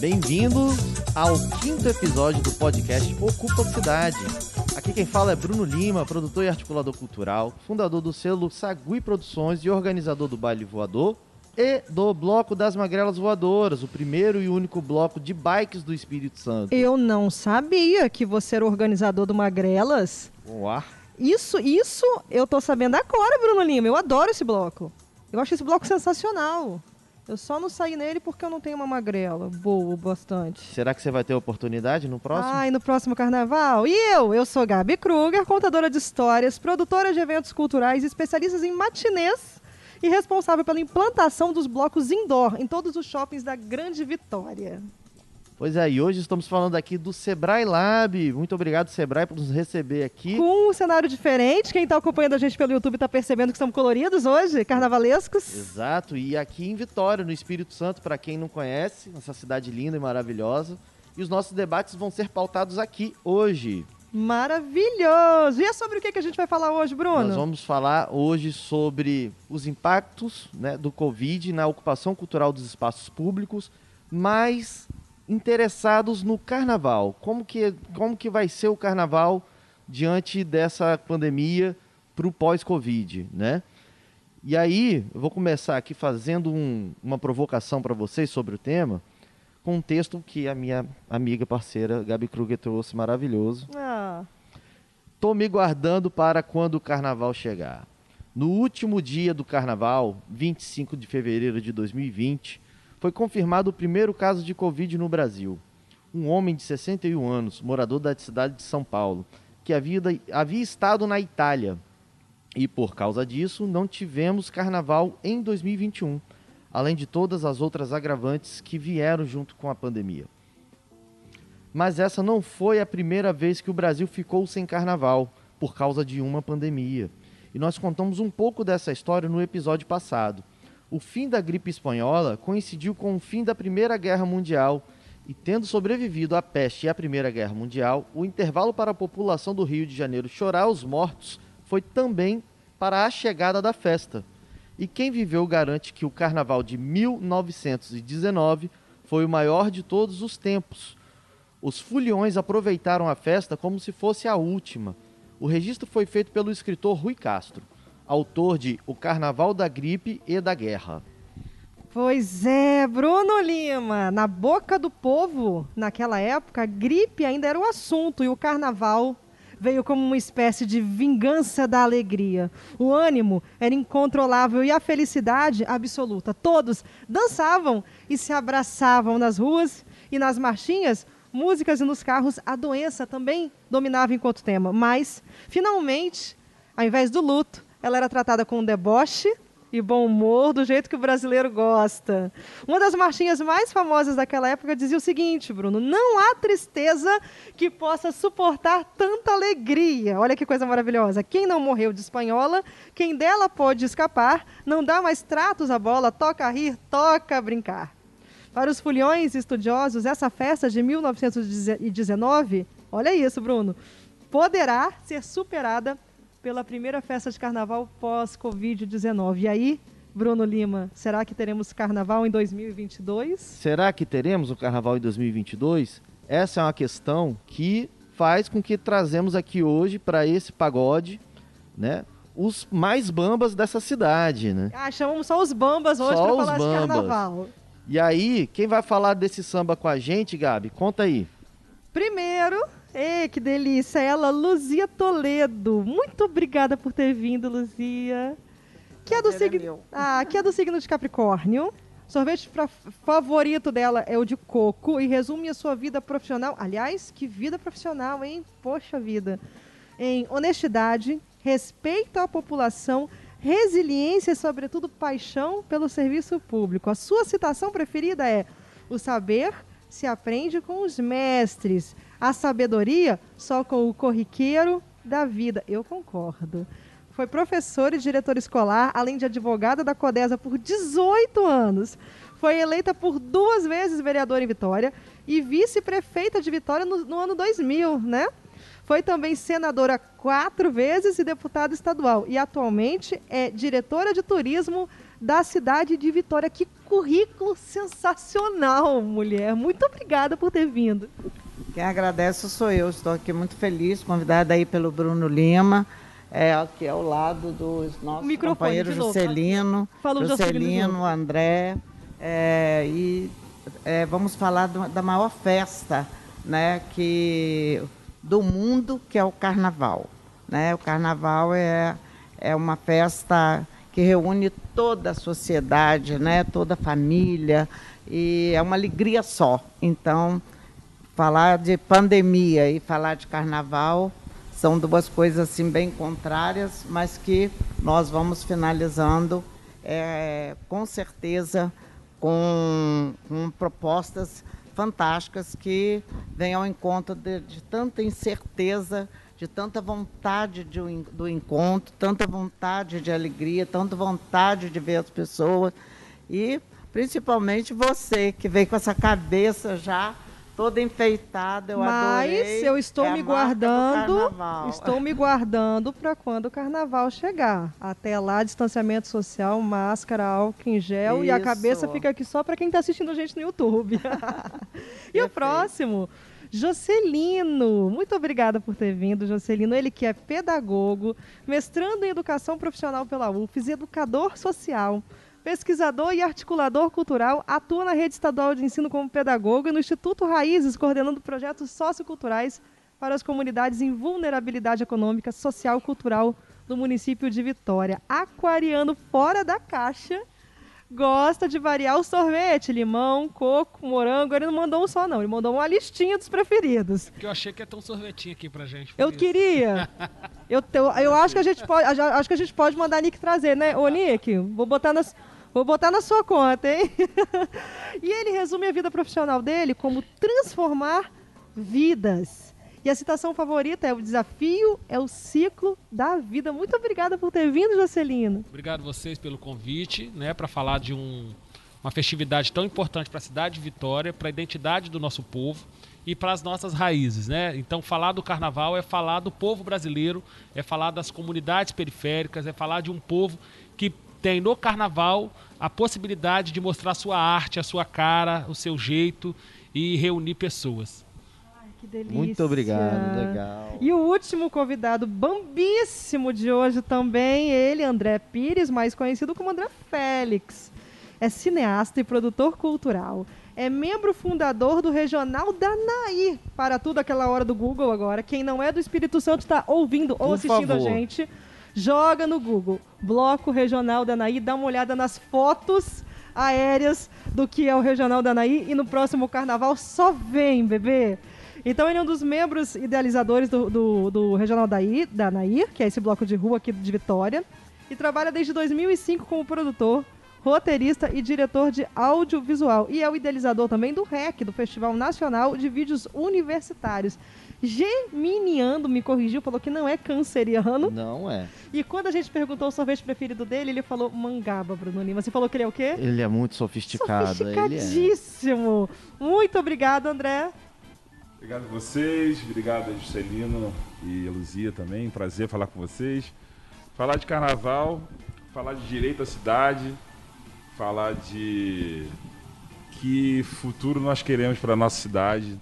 Bem-vindos ao 5º episódio do podcast Ocupa Cidade. Aqui quem fala é Bruno Lima, produtor e articulador cultural, fundador do selo Sagui Produções e organizador do Baile Voador e do Bloco das Magrelas Voadoras, o primeiro e único bloco de bikes do Espírito Santo. Eu não sabia que você era organizador do Magrelas. Uau. Isso eu tô sabendo agora, Bruno Lima. Eu adoro esse bloco. Eu acho esse bloco sensacional. Eu só não saí nele porque eu não tenho uma magrela boa bastante. Será que você vai ter oportunidade no próximo? E no próximo carnaval? E eu sou Gabi Kruger, contadora de histórias, produtora de eventos culturais, especialista em matinês e responsável pela implantação dos blocos indoor em todos os shoppings da Grande Vitória. Pois é, e hoje estamos falando aqui do Sebrae Lab. Muito obrigado, Sebrae, por nos receber aqui. Com um cenário diferente. Quem está acompanhando a gente pelo YouTube está percebendo que estamos coloridos hoje, carnavalescos. Exato, e aqui em Vitória, no Espírito Santo, para quem não conhece, essa cidade linda e maravilhosa. E os nossos debates vão ser pautados aqui hoje. Maravilhoso! E é sobre o que a gente vai falar hoje, Bruno? Nós vamos falar hoje sobre os impactos, do Covid na ocupação cultural dos espaços públicos, mas interessados no carnaval. Como que vai ser o carnaval diante dessa pandemia para o pós-Covid, né? E aí, eu vou começar aqui fazendo uma provocação para vocês sobre o tema, com um texto que a minha amiga parceira Gabi Kruger trouxe, maravilhoso. Tô me guardando para quando o carnaval chegar. No último dia do carnaval, 25 de fevereiro de 2020, foi confirmado o primeiro caso de Covid no Brasil. Um homem de 61 anos, morador da cidade de São Paulo, que havia estado na Itália. E, por causa disso, não tivemos carnaval em 2021, além de todas as outras agravantes que vieram junto com a pandemia. Mas essa não foi a primeira vez que o Brasil ficou sem carnaval, por causa de uma pandemia. E nós contamos um pouco dessa história no episódio passado. O fim da gripe espanhola coincidiu com o fim da Primeira Guerra Mundial e, tendo sobrevivido à peste e à Primeira Guerra Mundial, o intervalo para a população do Rio de Janeiro chorar os mortos foi também para a chegada da festa. E quem viveu garante que o Carnaval de 1919 foi o maior de todos os tempos. Os foliões aproveitaram a festa como se fosse a última. O registro foi feito pelo escritor Rui Castro, autor de O Carnaval da Gripe e da Guerra. Pois é, Bruno Lima, na boca do povo, naquela época, a gripe ainda era o assunto e o carnaval veio como uma espécie de vingança da alegria. O ânimo era incontrolável e a felicidade absoluta. Todos dançavam e se abraçavam nas ruas e nas marchinhas, músicas e nos carros. A doença também dominava enquanto tema, mas, finalmente, ao invés do luto, ela era tratada com deboche e bom humor, do jeito que o brasileiro gosta. Uma das marchinhas mais famosas daquela época dizia o seguinte, Bruno: não há tristeza que possa suportar tanta alegria. Olha que coisa maravilhosa. Quem não morreu de espanhola, quem dela pôde escapar, não dá mais tratos à bola, toca rir, toca brincar. Para os foliões estudiosos, essa festa de 1919, olha isso, Bruno, poderá ser superada pela primeira festa de carnaval pós-Covid-19. E aí, Bruno Lima, será que teremos carnaval em 2022? Será que teremos o carnaval em 2022? Essa é uma questão que faz com que trazemos aqui hoje para esse pagode, os mais bambas dessa cidade, Chamamos só os bambas hoje para falar de carnaval. E aí, quem vai falar desse samba com a gente, Gabi? Conta aí. Primeiro, que delícia, ela, Luzia Toledo. Muito obrigada por ter vindo, Luzia. Que é do signo de Capricórnio. Sorvete favorito dela é o de coco e resume a sua vida profissional. Aliás, que vida profissional, hein? Poxa vida. Em honestidade, respeito à população, resiliência e, sobretudo, paixão pelo serviço público. A sua citação preferida é: o saber se aprende com os mestres, a sabedoria só com o corriqueiro da vida. Eu concordo. Foi professora e diretora escolar, além de advogada da Codesa por 18 anos. Foi eleita por 2 vezes vereadora em Vitória e vice-prefeita de Vitória no ano 2000, Foi também senadora 4 vezes e deputada estadual. E atualmente é diretora de turismo da cidade de Vitória. Que currículo sensacional, mulher. Muito obrigada por ter vindo. Quem agradece sou eu. Estou aqui muito feliz, convidada aí pelo Bruno Lima, aqui ao lado dos nossos companheiros Juscelino, André, vamos falar da maior festa, né, do mundo, que é o Carnaval. Né? O Carnaval é uma festa que reúne toda a sociedade, né, toda a família, e é uma alegria só. Então, falar de pandemia e falar de Carnaval são duas coisas assim bem contrárias, mas que nós vamos finalizando com certeza com propostas fantásticas que vêm ao encontro de tanta incerteza, de tanta vontade do encontro, tanta vontade de alegria, tanta vontade de ver as pessoas e principalmente você que veio com essa cabeça já toda enfeitada, eu adorei. Mas eu estou me guardando para quando o Carnaval chegar. Até lá, distanciamento social, máscara, álcool em gel. Isso. E a cabeça fica aqui só para quem está assistindo a gente no YouTube. E o próximo, Juscelino. Muito obrigada por ter vindo, Juscelino. Ele que é pedagogo, mestrando em educação profissional pela UFES, educador social, pesquisador e articulador cultural, atua na rede estadual de ensino como pedagogo e no Instituto Raízes, coordenando projetos socioculturais para as comunidades em vulnerabilidade econômica, social e cultural do município de Vitória. Aquariano fora da caixa, gosta de variar o sorvete, limão, coco, morango. Ele não mandou um só não, ele mandou uma listinha dos preferidos. Porque eu achei que ia ter um sorvetinho aqui pra gente. Eu queria. Eu acho que a gente pode mandar a Nick trazer, né? Ô, Nick, vou botar na sua conta, hein? E ele resume a vida profissional dele como transformar vidas. E a citação favorita é: o desafio é o ciclo da vida. Muito obrigada por ter vindo, Juscelino. Obrigado a vocês pelo convite, né, para falar de uma festividade tão importante para a cidade de Vitória, para a identidade do nosso povo e para as nossas raízes, né? Então, falar do Carnaval é falar do povo brasileiro, é falar das comunidades periféricas, é falar de um povo que tem no Carnaval a possibilidade de mostrar a sua arte, a sua cara, o seu jeito e reunir pessoas. Ai, que delícia. Muito obrigado, legal. E o último convidado bambíssimo de hoje também, ele, André Pires, mais conhecido como André Félix. É cineasta e produtor cultural. É membro fundador do Regional Danaí. Para tudo aquela hora do Google agora. Quem não é do Espírito Santo está ouvindo ou assistindo a gente. Joga no Google, Bloco Regional Danaí, dá uma olhada nas fotos aéreas do que é o Regional Danaí e no próximo Carnaval só vem, bebê. Então ele é um dos membros idealizadores do Regional Danaí, que é esse bloco de rua aqui de Vitória, e trabalha desde 2005 como produtor, roteirista e diretor de audiovisual. E é o idealizador também do REC, do Festival Nacional de Vídeos Universitários. Geminiano me corrigiu, falou que não é canceriano. Não é. E quando a gente perguntou o sorvete preferido dele, ele falou mangaba, Bruno Lima. Você falou que ele é o quê? Ele é muito sofisticado. Sofisticadíssimo. Muito obrigado, André. Obrigado a vocês, obrigado a Juscelino e a Luzia também. Prazer falar com vocês. Falar de Carnaval, falar de direito à cidade, falar de que futuro nós queremos para a nossa cidade.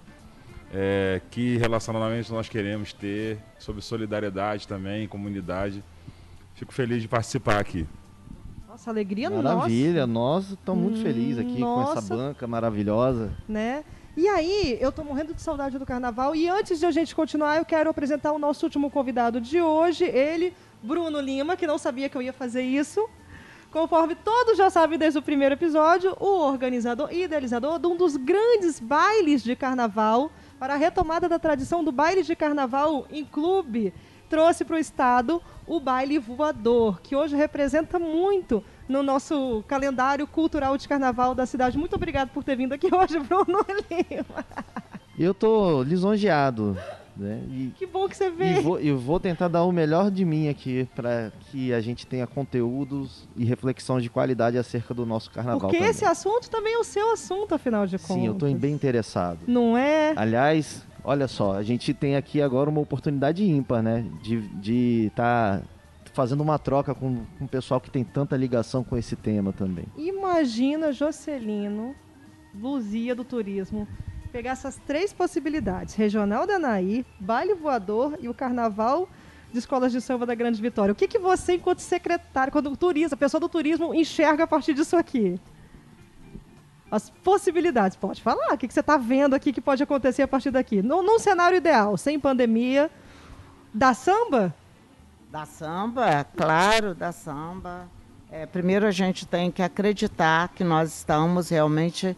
Que relacionamento nós queremos ter, sobre solidariedade também, comunidade. Fico feliz de participar aqui. Nossa, alegria nossa. Maravilha, nós estamos muito felizes aqui com essa banca maravilhosa. Né? E aí, eu tô morrendo de saudade do Carnaval. E antes de a gente continuar, eu quero apresentar o nosso último convidado de hoje. Ele, Bruno Lima, que não sabia que eu ia fazer isso. Conforme todos já sabem desde o primeiro episódio, o organizador e idealizador de um dos grandes bailes de Carnaval, para a retomada da tradição do baile de Carnaval em clube, trouxe para o estado o baile voador, que hoje representa muito no nosso calendário cultural de Carnaval da cidade. Muito obrigado por ter vindo aqui hoje, Bruno Lima. Eu tô lisonjeado. Né? Que bom que você veio. E vou tentar dar o melhor de mim aqui para que a gente tenha conteúdos e reflexão de qualidade acerca do nosso Carnaval. Porque também. Esse assunto também é o seu assunto, afinal de contas. Sim, eu estou bem interessado. Não é? Aliás, olha só, a gente tem aqui agora uma oportunidade ímpar, né? De estar fazendo uma troca com o pessoal que tem tanta ligação com esse tema também. Imagina Jocelino, Luzia do Turismo, pegar essas 3 possibilidades: Regional da Anaí, Baile Voador e o Carnaval de Escolas de Samba da Grande Vitória. O que você, enquanto secretário, quando turista, a pessoa do turismo, enxerga a partir disso aqui? As possibilidades, pode falar. O que você está vendo aqui que pode acontecer a partir daqui? Num cenário ideal, sem pandemia, da samba? Da samba, claro, da samba. Primeiro a gente tem que acreditar que nós estamos realmente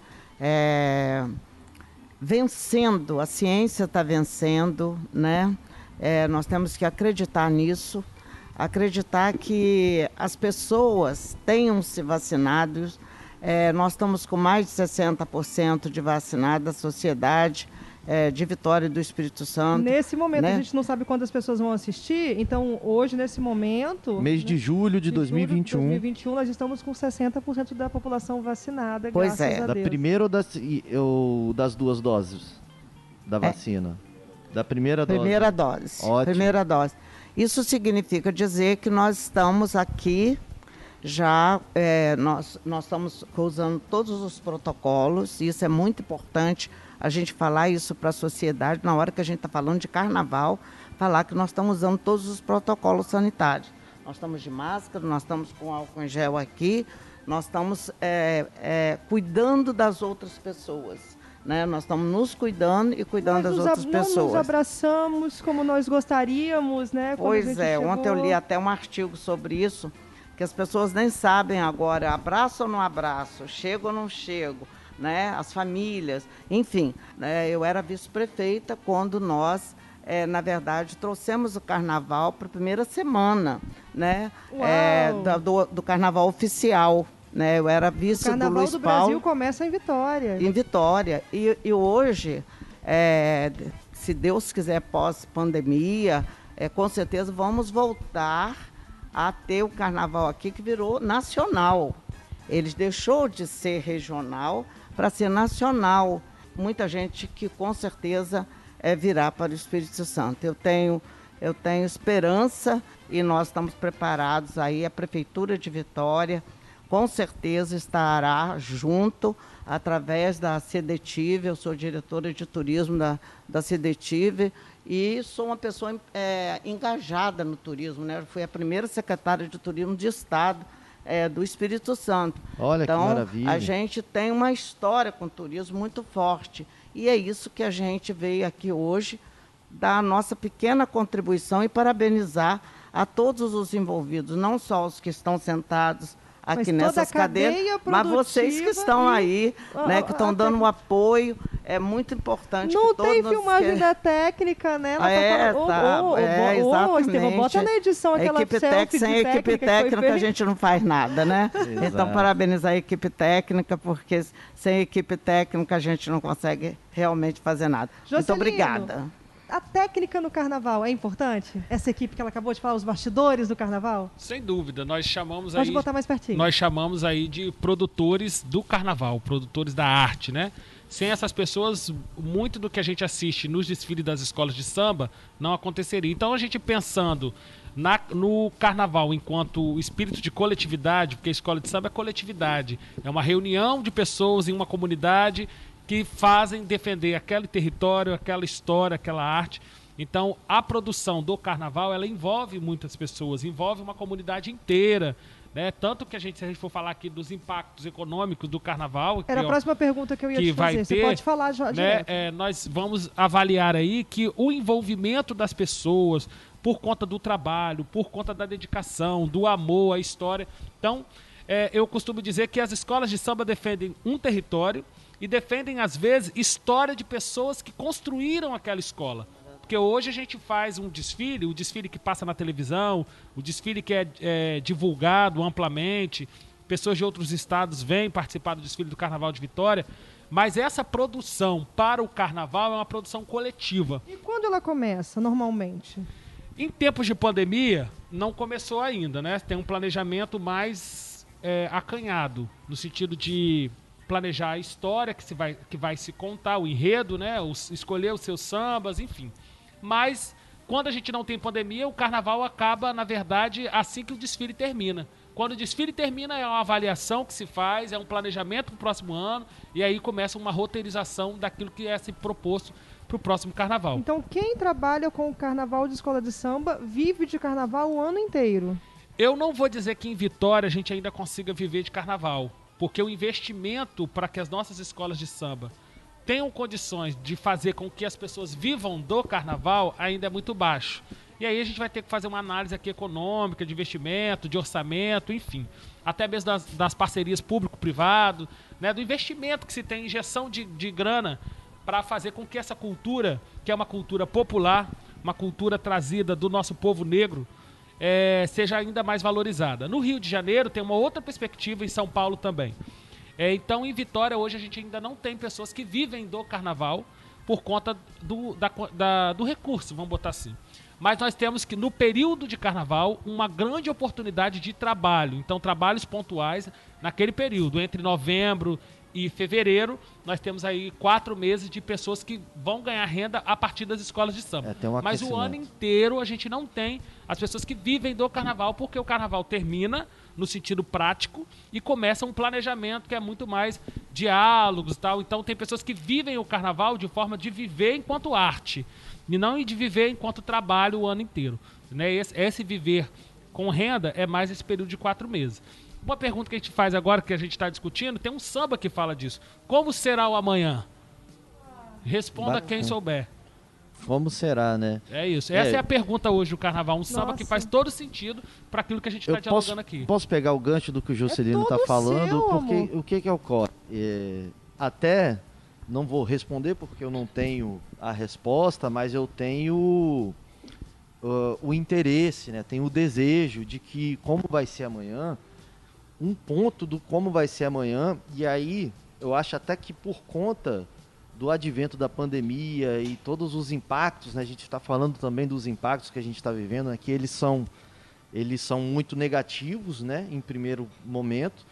vencendo, a ciência está vencendo, né? Nós temos que acreditar nisso, acreditar que as pessoas tenham se vacinado. Nós estamos com mais de 60% de vacinados da sociedade de Vitória do Espírito Santo. Nesse momento, né? A gente não sabe quantas pessoas vão assistir, então hoje, nesse momento... Mês de julho de 2021. 2021, nós estamos com 60% da população vacinada, Pois graças a Da Deus. primeira ou das 2 doses da vacina? Da primeira dose? Primeira dose. Ótimo. Primeira dose. Isso significa dizer que nós estamos aqui já, nós estamos usando todos os protocolos, e isso é muito importante a gente falar isso para a sociedade, na hora que a gente está falando de carnaval, falar que nós estamos usando todos os protocolos sanitários. Nós estamos de máscara, nós estamos com álcool em gel aqui, nós estamos cuidando das outras pessoas. Né? Nós estamos nos cuidando e cuidando das outras pessoas. Não nos abraçamos como nós gostaríamos, né? Pois ontem eu li até um artigo sobre isso, que as pessoas nem sabem agora, abraço ou não abraço, chego ou não chego, né? As famílias, enfim. Né? Eu era vice-prefeita quando nós, na verdade, trouxemos o carnaval para a primeira semana, né? Do carnaval oficial. Né? Eu era vice do Luiz Paulo. O Carnaval do Brasil começa em Vitória. Em Vitória. E hoje, se Deus quiser, pós-pandemia, com certeza vamos voltar a ter o carnaval aqui, que virou nacional. Ele deixou de ser regional para ser nacional. Muita gente que com certeza virá para o Espírito Santo. Eu tenho esperança e nós estamos preparados aí, a Prefeitura de Vitória com certeza estará junto através da CEDETIV. Eu sou diretora de turismo da CEDETIV e sou uma pessoa engajada no turismo, né? Eu fui a primeira secretária de turismo de Estado do Espírito Santo. Olha então, que maravilha. A gente tem uma história com o turismo muito forte e é isso que a gente veio aqui hoje dar a nossa pequena contribuição e parabenizar a todos os envolvidos, não só os que estão sentados aqui nessas cadeiras, mas vocês que estão aí, né, que estão dando um apoio, é muito importante. Não que todos tem filmagem da técnica, né? Exatamente. Bota na edição aquela selfie sem equipe técnica a gente não faz nada, né? Então, parabenizar a equipe técnica, porque sem equipe técnica a gente não consegue realmente fazer nada. Jocelino, muito obrigada. A técnica no carnaval é importante? Essa equipe que ela acabou de falar, os bastidores do carnaval? Sem dúvida, nós chamamos Pode botar mais pertinho. Nós chamamos aí de produtores do carnaval, produtores da arte, né? Sem essas pessoas, muito do que a gente assiste nos desfiles das escolas de samba não aconteceria. Então a gente pensando no carnaval enquanto espírito de coletividade, porque a escola de samba é coletividade, é uma reunião de pessoas em uma comunidade que fazem defender aquele território, aquela história, aquela arte. Então, a produção do carnaval, ela envolve muitas pessoas, envolve uma comunidade inteira, né? Tanto que se a gente for falar aqui dos impactos econômicos do carnaval... Era a próxima pergunta que eu ia te fazer. Você pode falar já direto. Nós vamos avaliar aí que o envolvimento das pessoas, por conta do trabalho, por conta da dedicação, do amor à história. Então, eu costumo dizer que as escolas de samba defendem um território, e defendem, às vezes, história de pessoas que construíram aquela escola. Porque hoje a gente faz um desfile, o desfile que passa na televisão, o desfile que é divulgado amplamente, pessoas de outros estados vêm participar do desfile do Carnaval de Vitória, mas essa produção para o Carnaval é uma produção coletiva. E quando ela começa, normalmente? Em tempos de pandemia, não começou ainda, né? Tem um planejamento mais acanhado, no sentido de planejar a história que vai se contar, o enredo, né? Escolher os seus sambas, enfim. Mas quando a gente não tem pandemia, o carnaval acaba, na verdade, assim que o desfile termina. Quando o desfile termina, é uma avaliação que se faz, é um planejamento para o próximo ano, e aí começa uma roteirização daquilo que é se proposto para o próximo carnaval. Então, quem trabalha com o carnaval de escola de samba vive de carnaval o ano inteiro? Eu não vou dizer que em Vitória a gente ainda consiga viver de carnaval, porque o investimento para que as nossas escolas de samba tenham condições de fazer com que as pessoas vivam do carnaval ainda é muito baixo. E aí a gente vai ter que fazer uma análise aqui econômica, de investimento, de orçamento, enfim. Até mesmo das parcerias público-privado, né, do investimento que se tem, injeção de grana para fazer com que essa cultura, que é uma cultura popular, uma cultura trazida do nosso povo negro, seja ainda mais valorizada. No Rio de Janeiro tem uma outra perspectiva, em São Paulo também. Então, em Vitória, hoje a gente ainda não tem pessoas que vivem do carnaval por conta do recurso, vamos botar assim. Mas nós temos que, no período de carnaval, uma grande oportunidade de trabalho. Então, trabalhos pontuais naquele período, entre novembro e fevereiro, nós temos aí 4 meses de pessoas que vão ganhar renda a partir das escolas de samba. Mas o ano inteiro a gente não tem as pessoas que vivem do carnaval, porque o carnaval termina no sentido prático e começa um planejamento que é muito mais diálogos e tal. Então tem pessoas que vivem o carnaval de forma de viver enquanto arte e não de viver enquanto trabalho o ano inteiro, né? Esse viver com renda é mais esse período de 4 meses. Uma pergunta que a gente faz agora, que a gente está discutindo, tem um samba que fala disso. Como será o amanhã? Responda quem souber. Como será, né? É isso. Essa é a pergunta hoje do carnaval. Um samba que faz todo sentido para aquilo que a gente está dialogando aqui. Posso pegar o gancho do que o Juscelino está falando? Porque o que ocorre? Até não vou responder porque eu não tenho a resposta, mas eu tenho o interesse, né? Tenho o desejo de que como vai ser amanhã, um ponto do como vai ser amanhã, e aí eu acho até que por conta do advento da pandemia e todos os impactos, né, a gente está falando também dos impactos que a gente está vivendo, né, que eles são muito negativos, né, em primeiro momento,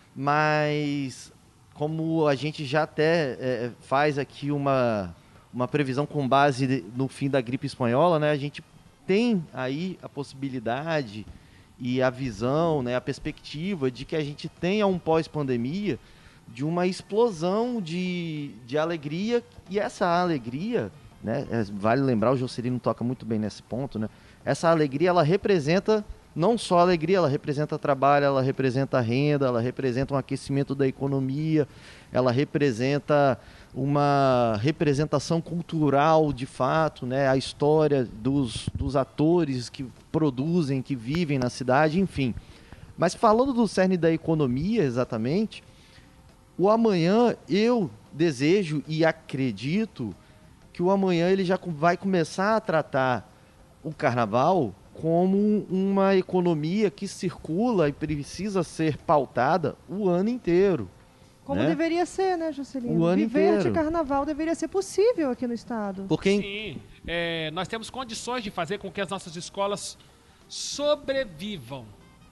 mas como a gente já até faz aqui uma previsão com base no fim da gripe espanhola, né, a gente tem aí a possibilidade e a visão, né, a perspectiva de que a gente tenha um pós-pandemia de uma explosão de alegria, e essa alegria, né, vale lembrar, o Juscelino toca muito bem nesse ponto, né, essa alegria, ela representa não só alegria, ela representa trabalho, ela representa renda, ela representa um aquecimento da economia, ela representa uma representação cultural de fato, né, a história dos atores que produzem, que vivem na cidade, enfim. Mas falando do cerne da economia exatamente, o amanhã eu desejo e acredito que o amanhã ele já vai começar a tratar o carnaval como uma economia que circula e precisa ser pautada o ano inteiro. Como deveria ser, né, Juscelino? O ano Viver inteiro. de carnaval deveria ser possível aqui no estado. Porque Sim, nós temos condições de fazer com que as nossas escolas sobrevivam.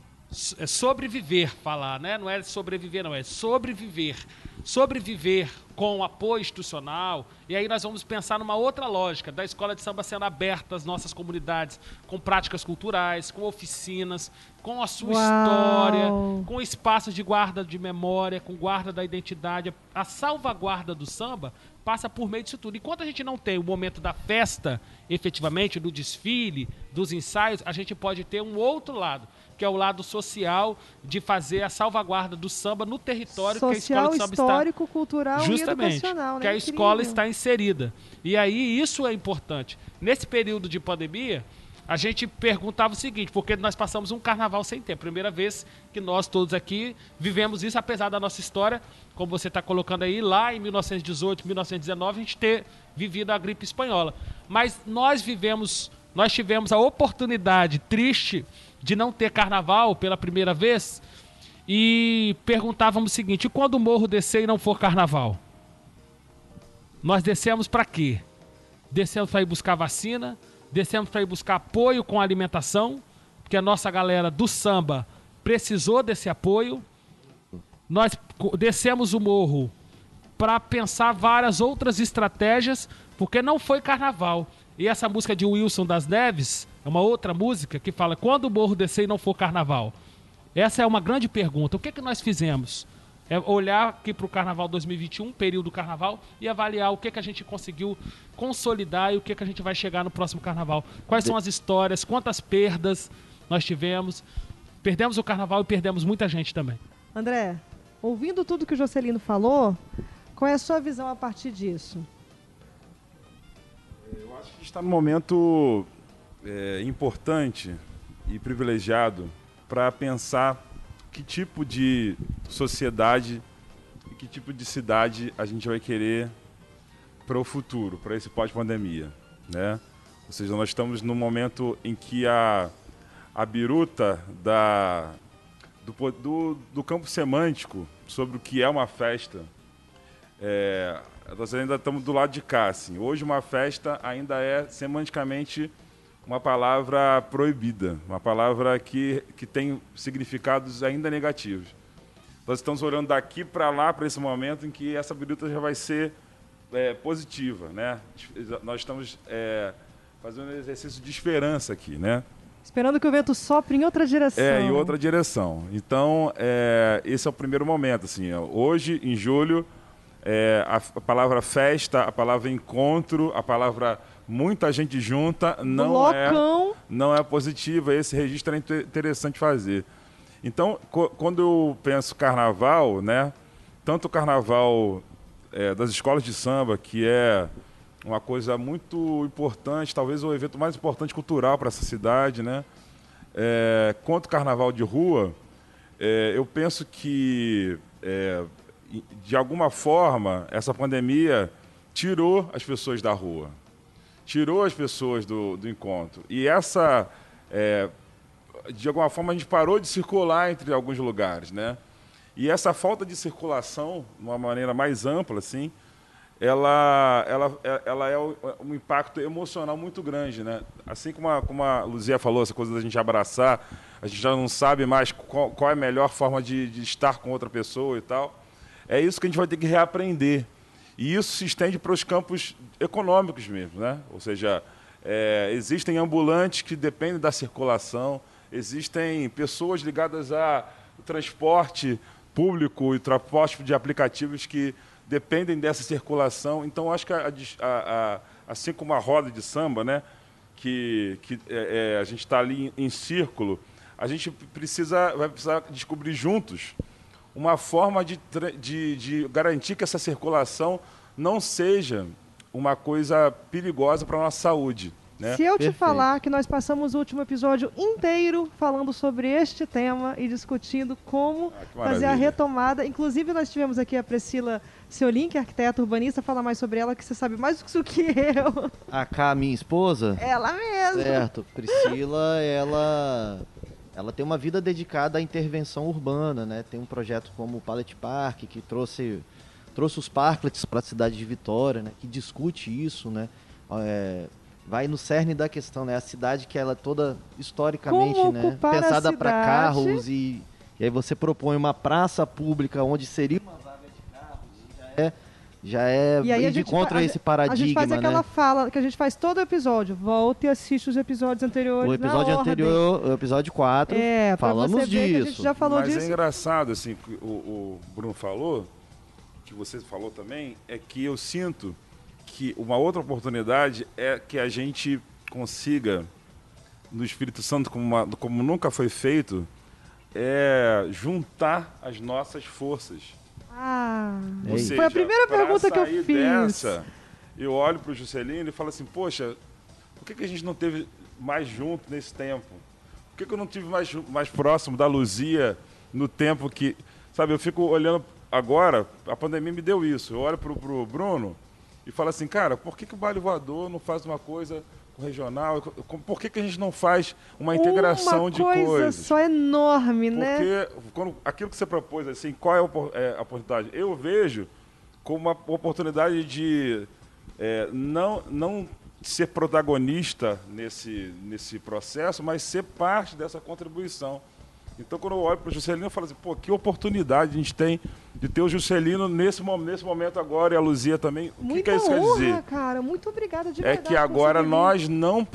Sobreviver, falar, né? Não é sobreviver, não, é sobreviver. Sobreviver com apoio institucional, e aí nós vamos pensar numa outra lógica, da escola de samba sendo aberta às nossas comunidades, com práticas culturais, com oficinas, com a sua história, com espaços de guarda de memória, com guarda da identidade. A salvaguarda do samba passa por meio disso tudo. Enquanto a gente não tem o momento da festa, efetivamente, do desfile, dos ensaios, a gente pode ter um outro lado, que é o lado social, de fazer a salvaguarda do samba no território social, que a escola de samba histórico, cultural justamente, e educacional, né? que a Incrível. escola está inserida. E aí isso é importante. Nesse período de pandemia, a gente perguntava o seguinte, porque nós passamos um carnaval sem ter. Primeira vez que nós todos aqui vivemos isso, apesar da nossa história, como você está colocando aí, lá em 1918, 1919, a gente ter vivido a gripe espanhola. Mas nós tivemos a oportunidade triste de não ter carnaval pela primeira vez e perguntávamos o seguinte, e quando o morro descer e não for carnaval? Nós descemos para quê? Descemos para ir buscar vacina, descemos para ir buscar apoio com alimentação, porque a nossa galera do samba precisou desse apoio. Nós descemos o morro para pensar várias outras estratégias, porque não foi carnaval. E essa música de Wilson das Neves é uma outra música que fala quando o morro descer e não for carnaval. Essa é uma grande pergunta. O que nós fizemos? É olhar aqui para o Carnaval 2021, período do Carnaval, e avaliar o que a gente conseguiu consolidar e o que a gente vai chegar no próximo Carnaval. Quais são as histórias, quantas perdas nós tivemos. Perdemos o Carnaval e perdemos muita gente também. André, ouvindo tudo que o Jocelino falou, qual é a sua visão a partir disso? Eu acho que está num momento importante e privilegiado para pensar que tipo de sociedade e que tipo de cidade a gente vai querer para o futuro, para esse pós-pandemia, né? Ou seja, nós estamos num momento em que a biruta do campo semântico sobre o que é uma festa, nós ainda estamos do lado de cá, assim. Hoje uma festa ainda é semanticamente uma palavra proibida, uma palavra que tem significados ainda negativos. Nós estamos olhando daqui para lá, para esse momento em que essa biruta já vai ser positiva, né? Nós estamos fazendo um exercício de esperança aqui, né? Esperando que o vento sopre em outra direção. Em outra direção. Então, esse é o primeiro momento, assim. Hoje, em julho, a palavra festa, a palavra encontro, a palavra muita gente junta não é positiva. Esse registro é interessante fazer. Então, quando eu penso carnaval, né, tanto o carnaval das escolas de samba, que é uma coisa muito importante, talvez o evento mais importante cultural para essa cidade, né, quanto o carnaval de rua, eu penso que, de alguma forma, essa pandemia tirou as pessoas da rua. Tirou as pessoas do encontro. E de alguma forma, a gente parou de circular entre alguns lugares, né? E essa falta de circulação, de uma maneira mais ampla, assim, ela é um impacto emocional muito grande, né? Assim como a Luzia falou, essa coisa da gente abraçar, a gente já não sabe mais qual é a melhor forma de estar com outra pessoa e tal. É isso que a gente vai ter que reaprender. E isso se estende para os campos econômicos mesmo, né? Ou seja, existem ambulantes que dependem da circulação, existem pessoas ligadas ao transporte público e transporte de aplicativos que dependem dessa circulação. Então, acho que assim como a roda de samba, né, que a gente está ali em círculo, a gente vai precisar descobrir juntos uma forma de garantir que essa circulação não seja uma coisa perigosa para a nossa saúde, né? Se eu te falar que nós passamos o último episódio inteiro falando sobre este tema e discutindo como fazer a retomada. Inclusive, nós tivemos aqui a Priscila Seolin, que é arquiteta urbanista, fala mais sobre ela, que você sabe mais do que eu. A Cá, minha esposa? Ela mesma. Certo. Priscila, ela tem uma vida dedicada à intervenção urbana, né? Tem um projeto como o Pallet Park, que trouxe os parklets para a cidade de Vitória, né? Que discute isso, né? Vai no cerne da questão, né? A cidade que ela é toda historicamente, né, pensada para carros e aí você propõe uma praça pública onde seria uma vaga de carros, já é de contra esse paradigma, a gente faz aquela né? fala que a gente faz todo episódio. Volte e assiste os episódios anteriores. O episódio anterior, o episódio 4, falamos disso. Que a gente já falou disso. Mas é engraçado, assim, o Bruno falou, que você falou também, é que eu sinto que uma outra oportunidade é que a gente consiga, no Espírito Santo, como nunca foi feito, juntar as nossas forças. Ou seja, foi a primeira pergunta que eu fiz. Eu olho para o Juscelino e falo assim, poxa, por que a gente não teve mais junto nesse tempo? Por que eu não tive mais próximo da Luzia no tempo que... Sabe, eu fico olhando agora, a pandemia me deu isso. Eu olho para o Bruno e falo assim, cara, por que o Baile Voador não faz uma coisa com regional? Por que a gente não faz uma integração de coisas? Uma coisa só enorme, né? Porque aquilo que você propôs, assim, qual é a oportunidade? Eu vejo como uma oportunidade de não ser protagonista nesse processo, mas ser parte dessa contribuição. Então, quando eu olho para o Juscelino, eu falo assim, pô, que oportunidade a gente tem de ter o Juscelino nesse momento agora, e a Luzia também. O que é isso que quer dizer? Cara, muito obrigada de É verdade. que agora nós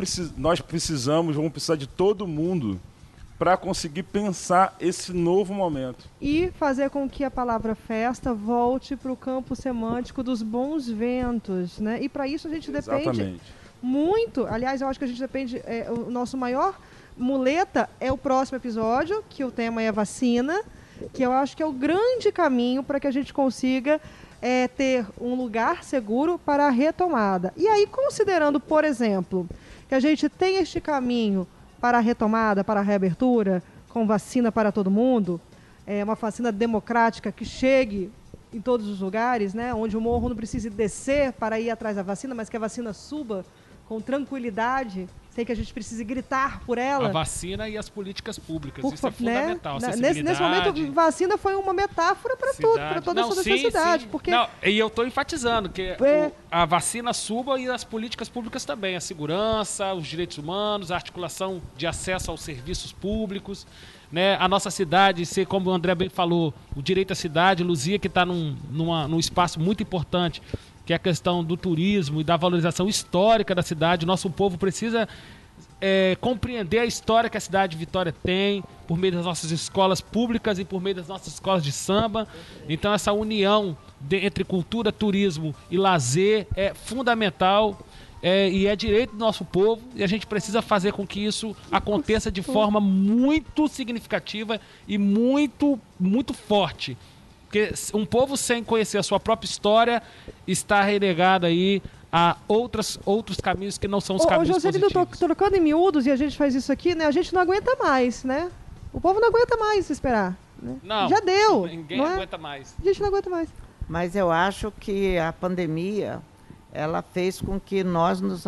vamos precisar de todo mundo para conseguir pensar esse novo momento. E fazer com que a palavra festa volte para o campo semântico dos bons ventos, né? E para isso a gente depende Exatamente. muito. Aliás, eu acho que a gente depende. O nosso maior muleta é o próximo episódio, que o tema é vacina, que eu acho que é o grande caminho para que a gente consiga ter um lugar seguro para a retomada. E aí, considerando, por exemplo, que a gente tem este caminho para a retomada, para a reabertura, com vacina para todo mundo, uma vacina democrática que chegue em todos os lugares, né, onde o morro não precise descer para ir atrás da vacina, mas que a vacina suba com tranquilidade, sem que a gente precise gritar por ela. A vacina e as políticas públicas, isso é né? fundamental. Nesse momento, vacina foi uma metáfora para tudo, para toda essa necessidade. Porque... Não, e eu estou enfatizando que a vacina suba e as políticas públicas também. A segurança, os direitos humanos, a articulação de acesso aos serviços públicos. Né? A nossa cidade, ser, como o André bem falou, o direito à cidade, Luzia, que está num espaço muito importante, que é a questão do turismo e da valorização histórica da cidade. Nosso povo precisa compreender a história que a cidade de Vitória tem, por meio das nossas escolas públicas e por meio das nossas escolas de samba. Então essa união entre cultura, turismo e lazer é fundamental. E é direito do nosso povo, e a gente precisa fazer com que isso aconteça de forma muito significativa e muito, muito forte. Porque um povo sem conhecer a sua própria história está relegado aí a outros caminhos que não são os caminhos positivos. Trocando em miúdos, e a gente faz isso aqui, né? A gente não aguenta mais, né? O povo não aguenta mais esperar. Né? Não, já deu. Ninguém aguenta mais. A gente não aguenta mais. Mas eu acho que a pandemia, ela fez com que nós nos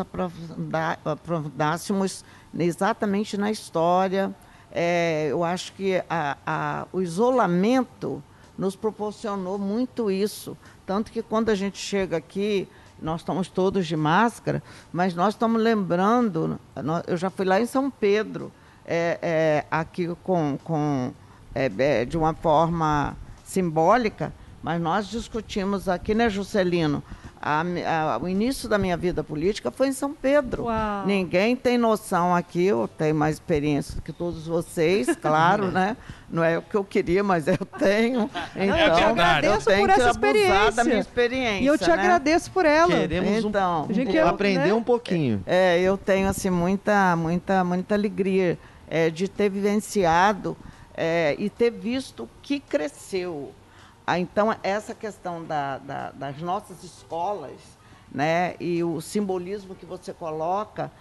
aprofundássemos exatamente na história. Eu acho que o isolamento nos proporcionou muito isso. Tanto que quando a gente chega aqui, nós estamos todos de máscara, mas nós estamos lembrando, eu já fui lá em São Pedro, aqui de uma forma simbólica, mas nós discutimos aqui, né, Juscelino? O início da minha vida política foi em São Pedro. Uau. Ninguém tem noção aqui, eu tenho mais experiência do que todos vocês, claro, né? Não é o que eu queria, mas eu tenho. Então, eu te agradeço por essa experiência. Da minha experiência. E eu te agradeço por ela. Queremos aprender um pouquinho. Eu tenho assim, muita alegria de ter vivenciado e ter visto que cresceu. Então, essa questão das nossas escolas, né, e o simbolismo que você coloca,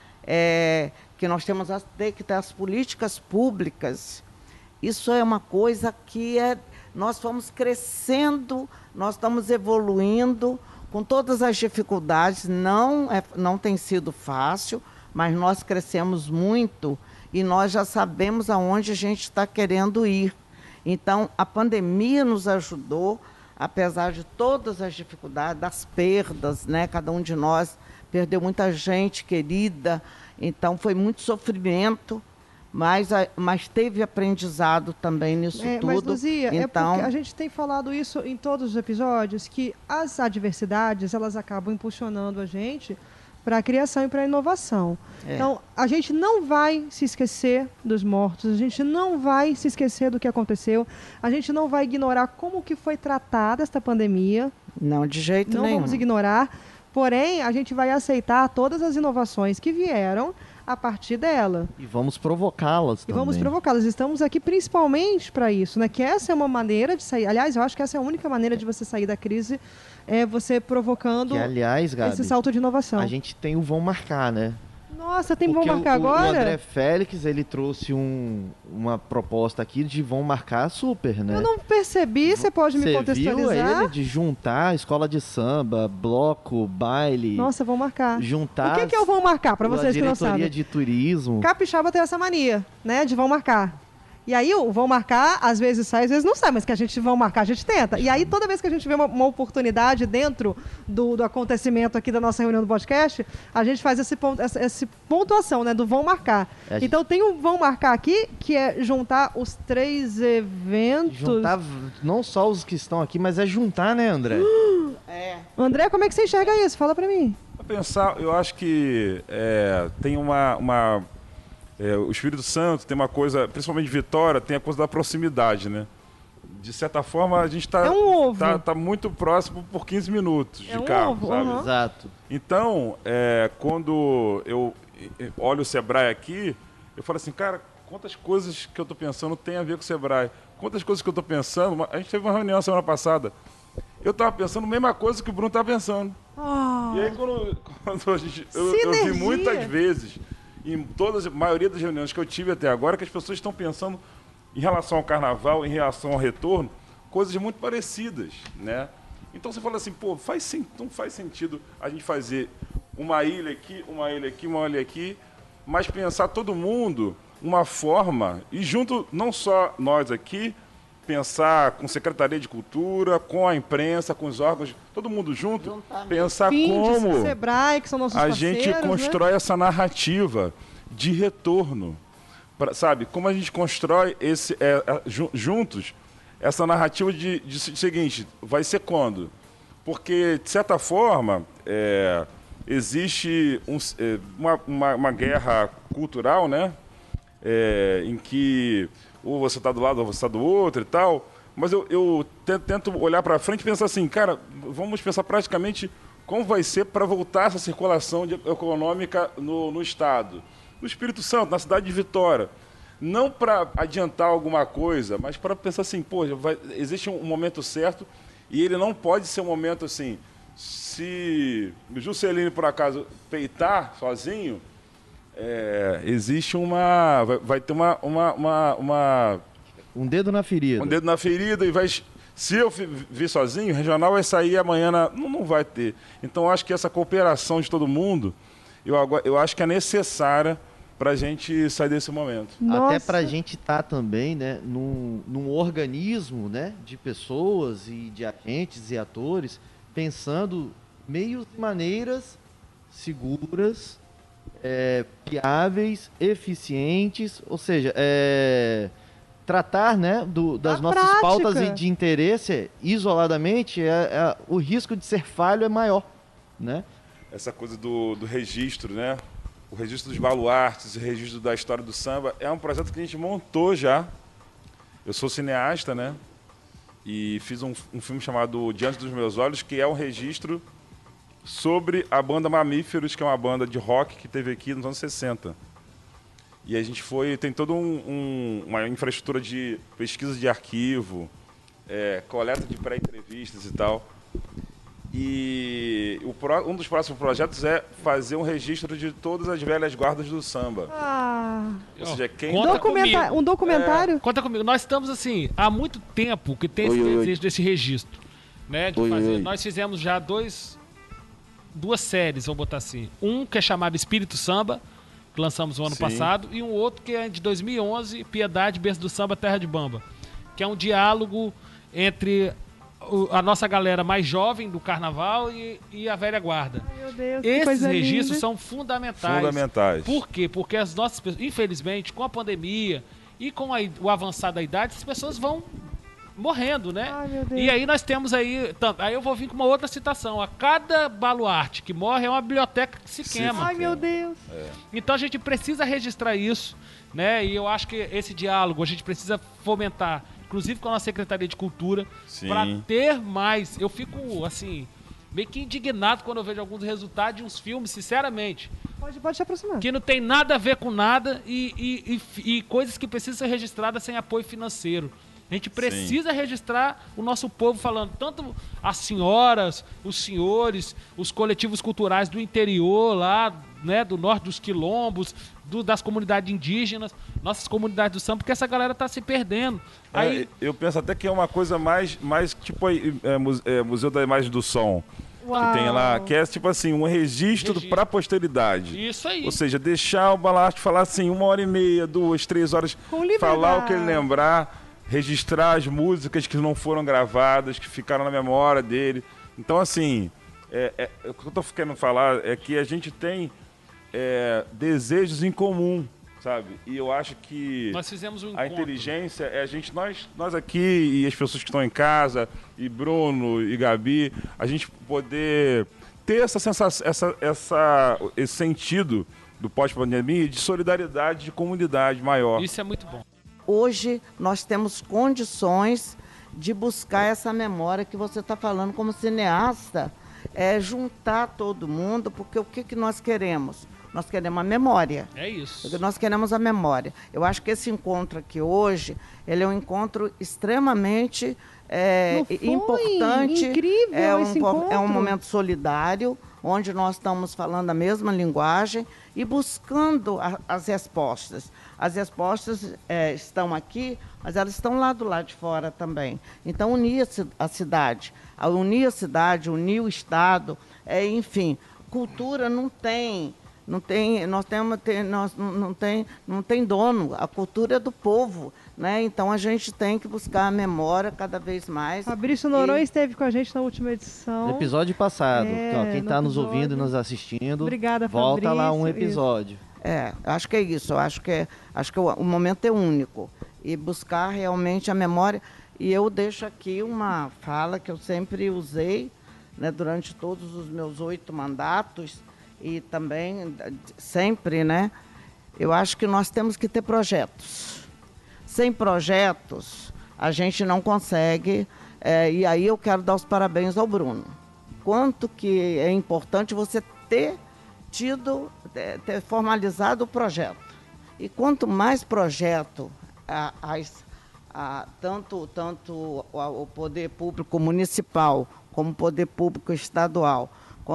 que nós temos que ter as políticas públicas, isso é uma coisa que nós fomos crescendo, nós estamos evoluindo, com todas as dificuldades, não tem sido fácil, mas nós crescemos muito e nós já sabemos aonde a gente está querendo ir. Então, a pandemia nos ajudou, apesar de todas as dificuldades, das perdas, né? Cada um de nós perdeu muita gente querida, então foi muito sofrimento, mas teve aprendizado também nisso tudo. Mas, Luzia, então, porque a gente tem falado isso em todos os episódios, que as adversidades, elas acabam impulsionando a gente para a criação e para a inovação. Então, a gente não vai se esquecer dos mortos, a gente não vai se esquecer do que aconteceu, a gente não vai ignorar como que foi tratada esta pandemia. Não, de jeito nenhum. Não vamos ignorar, porém, a gente vai aceitar todas as inovações que vieram a partir dela. E vamos provocá-las também. E vamos provocá-las. Estamos aqui principalmente para isso, né? Que essa é uma maneira de sair. Aliás, eu acho que essa é a única maneira de você sair da crise, é você provocando Gabi, esse salto de inovação. A gente tem o Vão Marcar, né? Nossa, Vão Marcar agora? O André Félix, ele trouxe uma proposta aqui de Vão Marcar super, né? Eu não percebi, você pode me contextualizar? Você viu ele de juntar escola de samba, bloco, baile... Nossa, Vão Marcar. Juntar... O que é o Vão Marcar, para vocês que não sabem? A diretoria de turismo. Capixaba tem essa mania, né, de Vão Marcar. E aí o vão marcar, às vezes sai, às vezes não sai, mas que a gente vão marcar, a gente tenta. E aí toda vez que a gente vê uma oportunidade dentro do acontecimento aqui da nossa reunião do podcast, a gente faz essa pontuação, né, do vão marcar. Então tem um vão marcar aqui, que é juntar os 3 eventos. Juntar não só os que estão aqui, mas é juntar, né, André? André, como é que você enxerga isso? Fala pra mim. Pra pensar, eu acho que tem o Espírito Santo tem uma coisa, principalmente Vitória, tem a coisa da proximidade, né? De certa forma, a gente está tá muito próximo por 15 minutos de carro, sabe? Exato. Então, quando eu olho o Sebrae aqui, eu falo assim, cara, quantas coisas que eu estou pensando tem a ver com o Sebrae? Quantas coisas que eu estou pensando... A gente teve uma reunião semana passada, eu estava pensando a mesma coisa que o Bruno estava pensando. E aí, quando eu vi muitas vezes... Em a maioria das reuniões que eu tive até agora, que as pessoas estão pensando em relação ao carnaval, em relação ao retorno, coisas muito parecidas, né? Então você fala assim, pô, não faz sentido a gente fazer uma ilha aqui, uma ilha aqui, uma ilha aqui, mas pensar todo mundo uma forma, e junto, não só nós aqui, pensar com a Secretaria de Cultura, com a imprensa, com os órgãos, todo mundo junto, pensar como Sebrae, que são nossos a gente constrói, né, essa narrativa de retorno. Sabe? Como a gente constrói juntos essa narrativa de seguinte, vai ser quando? Porque, de certa forma, existe uma guerra cultural, né? Em que ou você está do lado ou você está do outro e tal, mas eu tento olhar para frente e pensar assim, cara, vamos pensar praticamente como vai ser para voltar essa circulação econômica no Estado, no Espírito Santo, na cidade de Vitória. Não para adiantar alguma coisa, mas para pensar assim, pô, existe um momento certo e ele não pode ser um momento assim, se o Juscelino, por acaso, peitar sozinho, existe vai ter um dedo na ferida. Um dedo na ferida e vai... Se eu vir sozinho, o regional vai sair amanhã... Não vai ter. Então, eu acho que essa cooperação de todo mundo, eu acho que é necessária para a gente sair desse momento. Nossa. Até para a gente estar também, né, num organismo, né, de pessoas e de agentes e atores, pensando meios e maneiras seguras, viáveis, eficientes, ou seja, tratar, né, das nossas prática. pautas de interesse isoladamente, o risco de ser falho é maior, né? Essa coisa do registro, né? O registro dos baluartes, o registro da história do samba, é um projeto que a gente montou já. Eu sou cineasta, né? E fiz um filme chamado Diante dos Meus Olhos, que é um registro sobre a banda Mamíferos, que é uma banda de rock que teve aqui nos anos 60. E a gente tem toda uma infraestrutura de pesquisa de arquivo, coleta de pré-entrevistas e tal. E um dos próximos projetos é fazer um registro de todas as velhas guardas do samba. Ou seja, quem... Um documentário? Conta comigo. Nós estamos assim, há muito tempo que tem esse desejo desse registro, né? De fazer. Nós fizemos já duas séries, vamos botar assim. Um que é chamado Espírito Samba, que lançamos o ano passado, e um outro que é de 2011, Piedade, Berço do Samba, Terra de Bamba, que é um diálogo entre a nossa galera mais jovem do carnaval e a velha guarda. Ai, meu Deus, esses registros são fundamentais. Fundamentais. Por quê? Porque as nossas pessoas, infelizmente, com a pandemia e com o avançar da idade, as pessoas vão morrendo, né? Ai, meu Deus. E aí nós temos aí eu vou vir com uma outra citação. A cada baluarte que morre é uma biblioteca que se queima. Ai, meu Deus. Então a gente precisa registrar isso, né? E eu acho que esse diálogo a gente precisa fomentar, inclusive com a nossa Secretaria de Cultura, para ter mais. Eu fico, assim, meio que indignado quando eu vejo alguns resultados de uns filmes, sinceramente. Pode se aproximar. Que não tem nada a ver com nada e coisas que precisam ser registradas sem apoio financeiro. A gente precisa registrar o nosso povo falando, tanto as senhoras, os senhores, os coletivos culturais do interior lá, né, do norte dos quilombos, das comunidades indígenas, nossas comunidades do samba, porque essa galera tá se perdendo. Aí, eu penso até que é uma coisa mais tipo Museu da Imagem do Som. Uau. Tem lá, que é tipo assim, um registro para a posteridade. Isso aí. Ou seja, deixar o Balarte falar assim, 1h30, 2, 3 horas, Com liberdade. falar o que ele lembrar, registrar as músicas que não foram gravadas, que ficaram na memória dele. Então, assim, o que eu estou querendo falar é que a gente tem desejos em comum, sabe? E eu acho que Nós fizemos um a encontro. inteligência é nós aqui e as pessoas que estão em casa, e Bruno e Gabi, a gente poder ter essa sensação, esse sentido do pós-pandemia de solidariedade, de comunidade maior. Isso é muito bom. Hoje nós temos condições de buscar essa memória que você está falando como cineasta, juntar todo mundo, porque o que nós queremos? Nós queremos a memória. É isso. Nós queremos a memória. Eu acho que esse encontro aqui hoje, ele é um encontro extremamente Não foi importante. incrível esse encontro? É um momento solidário, onde nós estamos falando a mesma linguagem e buscando as respostas. As respostas estão aqui, mas elas estão lá do lado de fora também. Então, unir a cidade, unir o Estado, enfim, cultura não tem dono, a cultura é do povo, né? Então a gente tem que buscar a memória cada vez mais. Fabrício Noronha esteve com a gente na última edição. No episódio passado. Então, quem no está nos episódio. ouvindo e nos assistindo, Obrigada, volta lá um Fabrício. episódio. Acho que é isso. Eu acho que o momento é único. E buscar realmente a memória. E eu deixo aqui uma fala que eu sempre usei, né, durante todos os meus 8 mandatos, e também sempre, né? Eu acho que nós temos que ter projetos. Sem projetos, a gente não consegue. E aí eu quero dar os parabéns ao Bruno. Quanto que é importante você ter formalizado o projeto. E quanto mais projeto tanto o poder público municipal como o poder público estadual,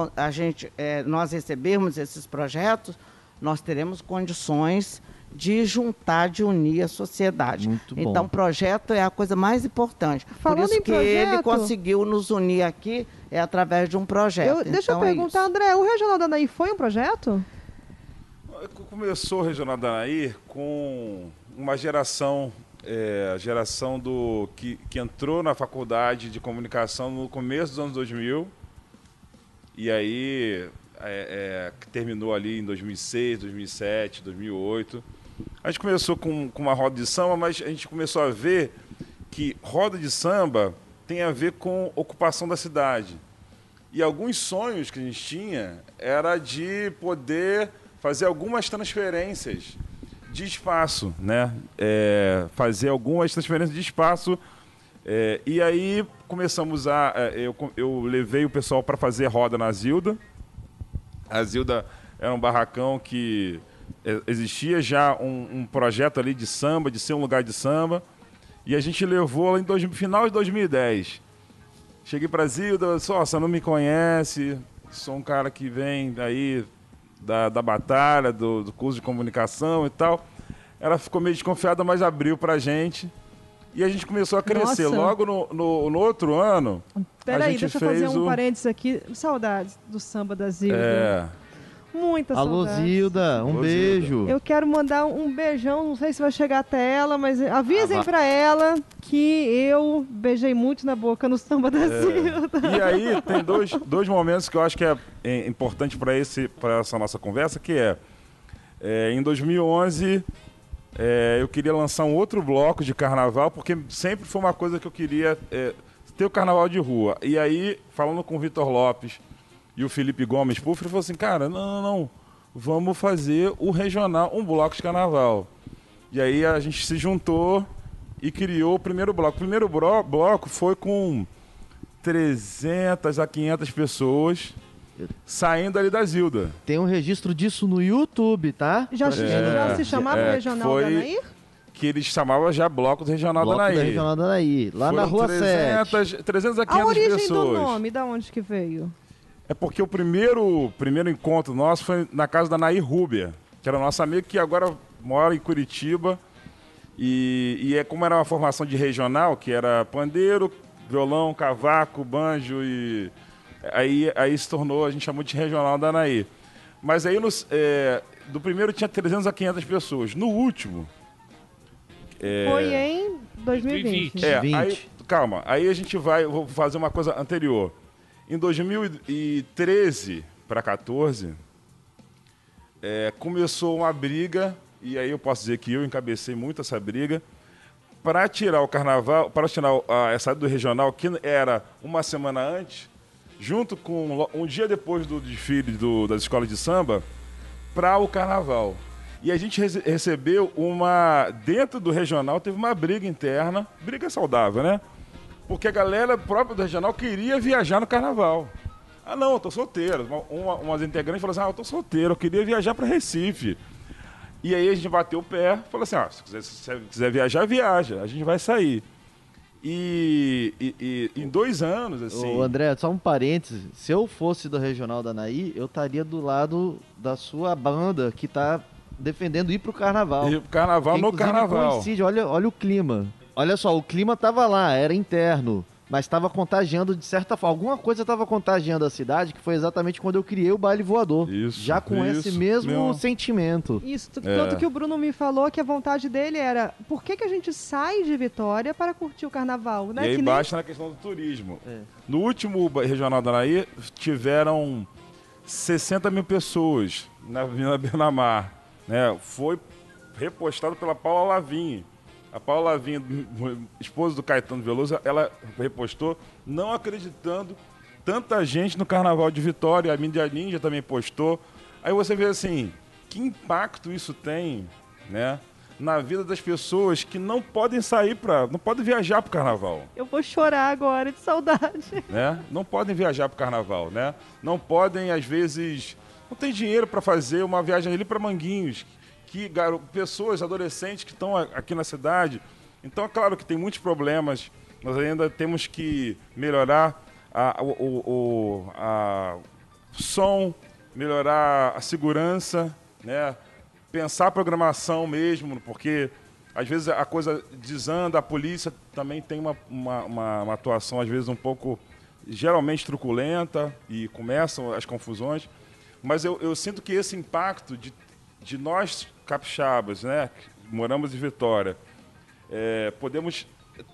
nós recebermos esses projetos, nós teremos condições de juntar, de unir a sociedade. Muito bom. Então, projeto é a coisa mais importante. Falando Por isso em que projeto, ele conseguiu nos unir aqui através de um projeto. Deixa eu Então, perguntar, isso. André, o Regional da Anaí foi um projeto? Começou o Regional da Anaí com uma geração, a geração que entrou na faculdade de comunicação no começo dos anos 2000, e aí que terminou ali em 2006, 2007, 2008. A gente começou com uma roda de samba, mas a gente começou a ver que roda de samba tem a ver com ocupação da cidade. E alguns sonhos que a gente tinha era de poder fazer algumas transferências de espaço, né? Fazer algumas transferências de espaço. E aí começamos eu levei o pessoal para fazer roda na Zilda. A Zilda era um barracão que existia já um projeto ali de samba, de ser um lugar de samba. E a gente levou lá final de 2010. Cheguei para a Zilda, você não me conhece, sou um cara que vem aí da batalha, do curso de comunicação e tal. Ela ficou meio desconfiada, mas abriu pra gente. E a gente começou a crescer. Nossa. Logo no outro ano, a Peraí, gente deixa eu fazer fez um parênteses aqui. Saudades do samba da Zilda. É, Muita Alô, saudade. Zilda, um Alô, beijo. Eu quero mandar um beijão, não sei se vai chegar até ela, mas avisem vai. pra ela que eu beijei muito na boca no samba da Zilda. E aí tem dois momentos que eu acho que é importante para essa nossa conversa, que em 2011 eu queria lançar um outro bloco de carnaval, porque sempre foi uma coisa que eu queria ter o carnaval de rua. E aí, falando com o Vitor Lopes e o Felipe Gomes Puff, ele falou assim, cara, não, vamos fazer o regional, um bloco de carnaval. E aí a gente se juntou e criou o primeiro bloco. O primeiro bloco foi com 300 a 500 pessoas saindo ali da Zilda. Tem um registro disso no YouTube, tá? Já se chamava Regional da Anaí? Que eles chamavam já Bloco do Regional Bloco da da Anaí. Regional da Anaí, lá na Foram Rua 7. 300 a A 500 origem pessoas. do nome, da onde que veio? É porque o primeiro encontro nosso foi na casa da Nair Rúbia, que era nossa amiga que agora mora em Curitiba. E como era uma formação de regional, que era pandeiro, violão, cavaco, banjo e Aí se tornou, a gente chamou de Regional da Anaí. Mas aí do primeiro tinha 300 a 500 pessoas. No último... Foi em 2020. Aí, calma, aí a gente vou fazer uma coisa anterior. Em 2013 para 2014, começou uma briga, e aí eu posso dizer que eu encabecei muito essa briga, para tirar o carnaval, para tirar a saída do regional, que era uma semana antes, junto com um dia depois do desfile das escolas de samba, para o carnaval. E a gente recebeu dentro do regional, teve uma briga interna, briga saudável, né? Porque a galera própria do regional queria viajar no carnaval. Ah, não, eu tô solteiro. Umas integrantes falaram assim, eu tô solteiro, eu queria viajar para Recife. E aí a gente bateu o pé, falou assim, se você quiser viajar, viaja, a gente vai sair. E em 2 anos, assim... Ô, André, só um parênteses, se eu fosse do Regional da Anaí, eu estaria do lado da sua banda, que tá defendendo ir pro carnaval. Ir pro carnaval. Porque, no carnaval. Coincide, olha o clima. Olha só, o clima tava lá, era interno, mas estava contagiando de certa forma. Alguma coisa estava contagiando a cidade, que foi exatamente quando eu criei o Baile Voador. Isso, já com esse mesmo sentimento. Isso, tanto que o Bruno me falou que a vontade dele era, por que a gente sai de Vitória para curtir o carnaval? Né? E aí que baixa na questão do turismo. No último Regional da Anaí, tiveram 60 mil pessoas na Avenida Bernamar. Né? Foi repostado pela Paula Lavigne. A Paula Lavigne, esposa do Caetano Veloso, ela repostou, não acreditando tanta gente no Carnaval de Vitória. A Mídia Ninja também postou. Aí você vê assim, que impacto isso tem, né, na vida das pessoas que não podem não podem viajar para o Carnaval. Eu vou chorar agora de saudade. Né? Não podem viajar para o Carnaval, né? Não podem, às vezes, não tem dinheiro para fazer uma viagem ali para Manguinhos, pessoas, adolescentes que estão aqui na cidade. Então, é claro que tem muitos problemas. Nós ainda temos que melhorar o som, melhorar a segurança, né? Pensar a programação mesmo, porque às vezes a coisa desanda, a polícia também tem uma atuação às vezes um pouco, geralmente truculenta, e começam as confusões. Mas eu sinto que esse impacto de nós capixabas, né, que moramos em Vitória, podemos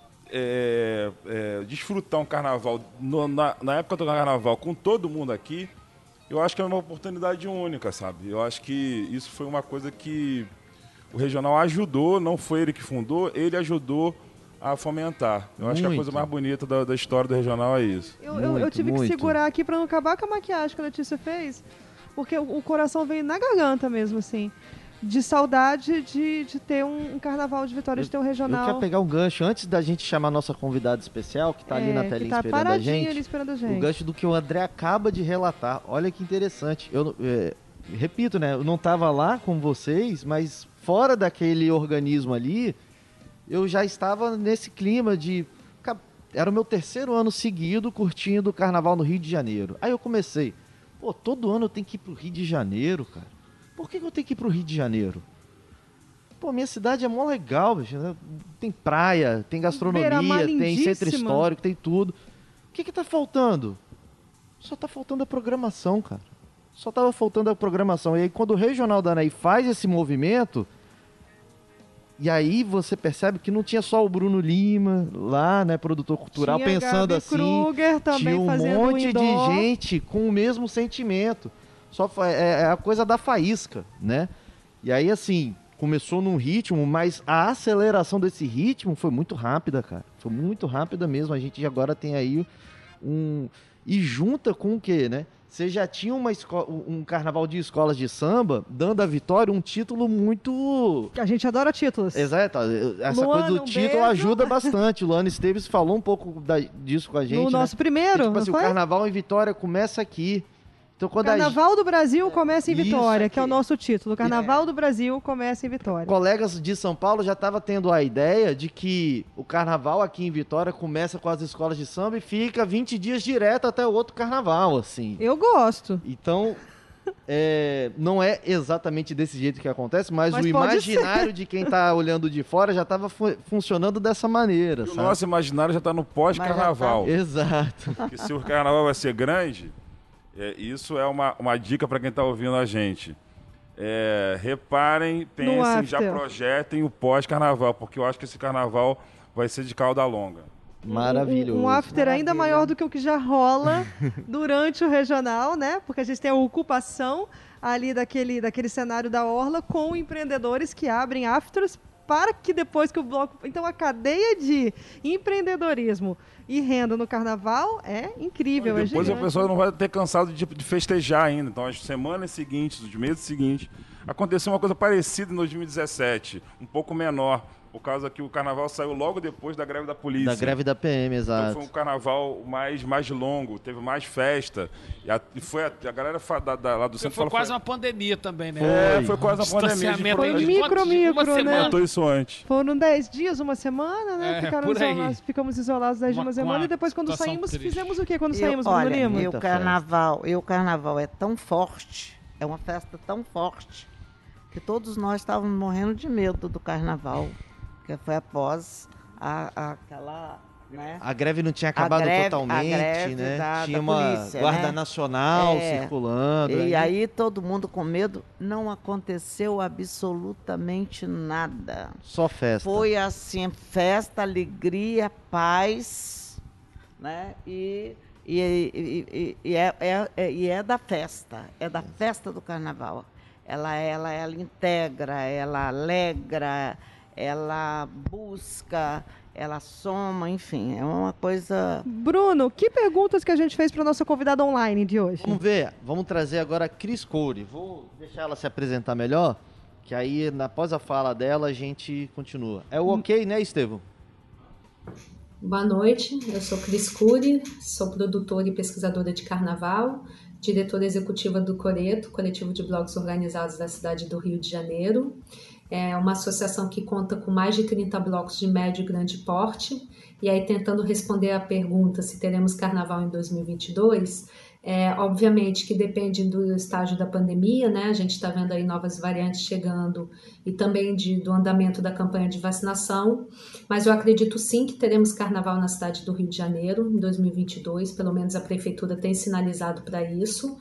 desfrutar um carnaval na época do carnaval com todo mundo aqui. Eu acho que é uma oportunidade única, sabe? Eu acho que isso foi uma coisa que o regional ajudou, não foi ele que fundou, ele ajudou a fomentar. Eu acho que a coisa mais bonita da história do regional é isso. Eu tive que segurar aqui para não acabar com a maquiagem que a Letícia fez, porque o coração veio na garganta mesmo, assim. De saudade de ter um carnaval de Vitória, de ter um regional. Eu quero pegar um gancho antes da gente chamar a nossa convidada especial, que está ali na telinha esperando a gente. Ali esperando a gente. O gancho do que o André acaba de relatar. Olha que interessante. Eu repito, né? Eu não estava lá com vocês, mas fora daquele organismo ali, eu já estava nesse clima de... Era o meu 3º ano seguido curtindo o carnaval no Rio de Janeiro. Aí eu comecei, todo ano eu tenho que ir pro Rio de Janeiro, cara. Por que eu tenho que ir pro Rio de Janeiro? Minha cidade é mó legal, bicho, né? Tem praia, tem gastronomia, tem centro histórico, tem tudo. O que tá faltando? Só tá faltando a programação, cara. Só tava faltando a programação. E aí quando o Regional da Anaí faz esse movimento, e aí você percebe que não tinha só o Bruno Lima lá, né, produtor cultural, tinha pensando Gabi assim. Kruger também, tinha um monte de gente com o mesmo sentimento. Só é a coisa da faísca, né? E aí, assim, começou num ritmo, mas a aceleração desse ritmo foi muito rápida, cara. Foi muito rápida mesmo. A gente agora tem aí E junta com o quê, né? Você já tinha um carnaval de escolas de samba, dando à Vitória um título muito... A gente adora títulos. Exato. Essa Luana, coisa do título ajuda bastante. O Luana Esteves falou um pouco disso com a gente, no nosso primeiro, tipo assim, o carnaval em Vitória começa aqui. Então, quando Carnaval do Brasil começa em Vitória, que é o nosso título. Carnaval do Brasil começa em Vitória. Colegas de São Paulo já estavam tendo a ideia de que o carnaval aqui em Vitória começa com as escolas de samba e fica 20 dias direto até o outro carnaval, assim. Eu gosto. Então, não é exatamente desse jeito que acontece, mas o pode imaginário de quem está olhando de fora já estava funcionando dessa maneira. O Sabe? nosso imaginário já está no pós-carnaval. Exato. Que se o carnaval vai ser grande, isso é uma dica para quem está ouvindo a gente. Reparem, pensem, já projetem o pós-carnaval, porque eu acho que esse carnaval vai ser de cauda longa. Maravilhoso. Um after ainda maior do que o que já rola durante o regional, né? Porque a gente tem a ocupação ali daquele cenário da orla com empreendedores que abrem afters para que depois que o bloco... Então a cadeia de empreendedorismo e renda no carnaval é incrível. Depois a pessoa não vai ter cansado de festejar ainda. Então as semanas seguintes, os meses seguintes, aconteceu uma coisa parecida em 2017, um pouco menor. Por causa que o carnaval saiu logo depois da greve da polícia. Da greve da PM, exato. Então foi um carnaval mais longo, teve mais festa. E foi a galera lá do centro foi quase uma pandemia também, né? Foi quase uma pandemia. Foi micro, né? Contou isso antes. Foram 10 dias, uma semana, né? Ficamos isolados 10 dias, uma semana. E depois, quando saímos, fizemos o quê quando saímos, Bruno Lima? E o carnaval é tão forte, é uma festa tão forte, que todos nós estávamos morrendo de medo do carnaval. Que foi após aquela... Né? A greve não tinha acabado totalmente, né? Tinha uma polícia, guarda né? nacional circulando. E aí todo mundo com medo, não aconteceu absolutamente nada. Só festa. Foi assim, festa, alegria, paz, né? E é da festa do carnaval. Ela integra, ela alegra, ela busca, ela soma, enfim, é uma coisa... Bruno, que perguntas que a gente fez para a nossa convidada online de hoje? Vamos ver, vamos trazer agora a Cris Coure. Vou deixar ela se apresentar melhor, que aí após a fala dela a gente continua. É o ok, né, Estevão? Boa noite, eu sou Cris Coure, sou produtora e pesquisadora de carnaval, diretora executiva do Coreto, coletivo de blogs organizados da cidade do Rio de Janeiro. É uma associação que conta com mais de 30 blocos de médio e grande porte. E aí, tentando responder à pergunta se teremos carnaval em 2022, obviamente que depende do estágio da pandemia, né? A gente está vendo aí novas variantes chegando e também do andamento da campanha de vacinação. Mas eu acredito sim que teremos carnaval na cidade do Rio de Janeiro em 2022, pelo menos a prefeitura tem sinalizado para isso.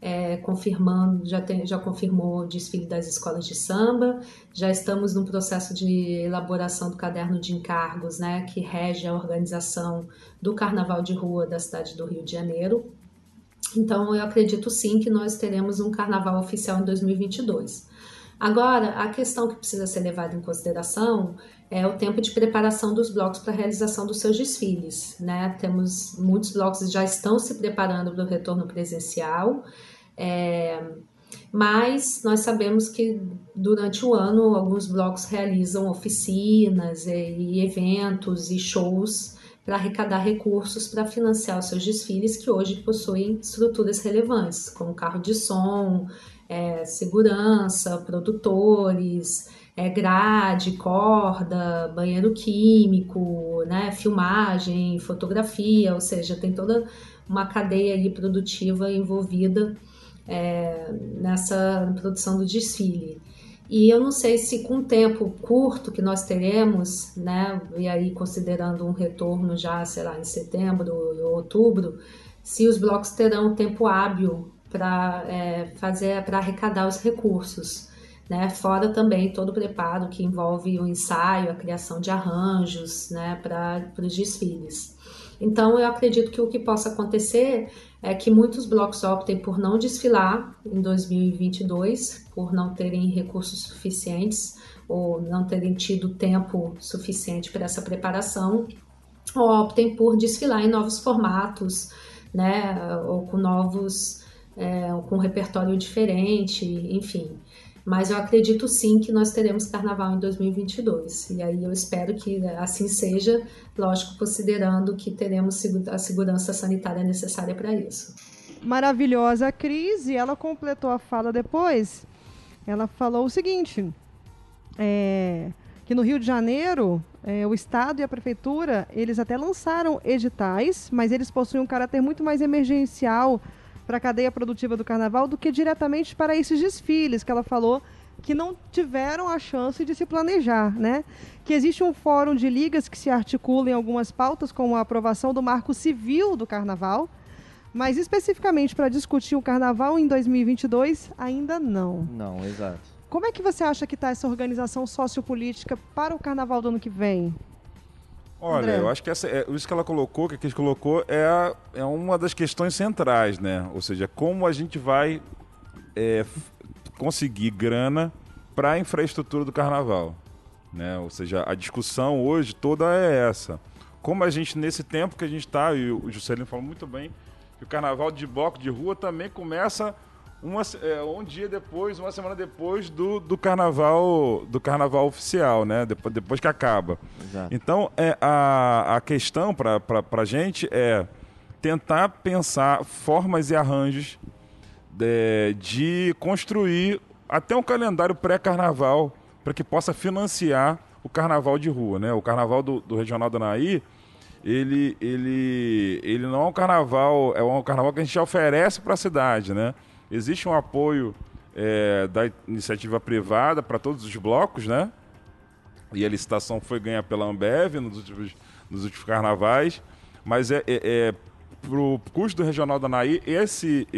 Já confirmou o desfile das escolas de samba, já estamos no processo de elaboração do caderno de encargos, né, que rege a organização do Carnaval de Rua da cidade do Rio de Janeiro. Então, eu acredito sim que nós teremos um carnaval oficial em 2022. Agora, a questão que precisa ser levada em consideração é o tempo de preparação dos blocos para a realização dos seus desfiles, né? Temos muitos blocos que já estão se preparando para o retorno presencial, mas nós sabemos que durante o ano alguns blocos realizam oficinas e eventos e shows para arrecadar recursos para financiar os seus desfiles, que hoje possuem estruturas relevantes, como carro de som, segurança, produtores, grade, corda, banheiro químico, né, filmagem, fotografia, ou seja, tem toda uma cadeia aí produtiva envolvida nessa produção do desfile. E eu não sei se com o tempo curto que nós teremos, né, e aí considerando um retorno já, sei lá, em setembro ou outubro, se os blocos terão tempo hábil para arrecadar os recursos, né, fora também todo o preparo que envolve o ensaio, a criação de arranjos, né, para os desfiles. Então, eu acredito que o que possa acontecer é que muitos blocos optem por não desfilar em 2022, por não terem recursos suficientes ou não terem tido tempo suficiente para essa preparação, ou optem por desfilar em novos formatos, né, ou com com um repertório diferente, enfim. Mas eu acredito sim que nós teremos carnaval em 2022. E aí eu espero que assim seja, lógico, considerando que teremos a segurança sanitária necessária para isso. Maravilhosa, Cris, e ela completou a fala depois. Ela falou o seguinte, que no Rio de Janeiro, o Estado e a Prefeitura, eles até lançaram editais, mas eles possuem um caráter muito mais emergencial para a cadeia produtiva do carnaval do que diretamente para esses desfiles que ela falou que não tiveram a chance de se planejar, né? Que existe um fórum de ligas que se articula em algumas pautas, como a aprovação do marco civil do carnaval, mas especificamente para discutir o carnaval em 2022, ainda não. Não, exato. Como é que você acha que está essa organização sociopolítica para o carnaval do ano que vem? Olha, André? eu acho que isso que ela colocou, que a Cris colocou, é uma das questões centrais, né? Ou seja, como a gente vai conseguir grana para a infraestrutura do carnaval, né? Ou seja, a discussão hoje toda é essa. Como a gente, nesse tempo que a gente está, e o Juscelino falou muito bem, que o carnaval de bloco de rua também começa um dia depois, uma semana depois do carnaval oficial, né? Depois que acaba. Exato. Então, a questão para a gente é tentar pensar formas e arranjos de construir até um calendário pré-carnaval para que possa financiar o carnaval de rua, né? O carnaval do Regional do Anaí, ele não é um carnaval que a gente oferece para a cidade, né? Existe um apoio da iniciativa privada para todos os blocos, né? E a licitação foi ganha pela Ambev nos últimos carnavais, mas para o custo do Regional do Anaí, esse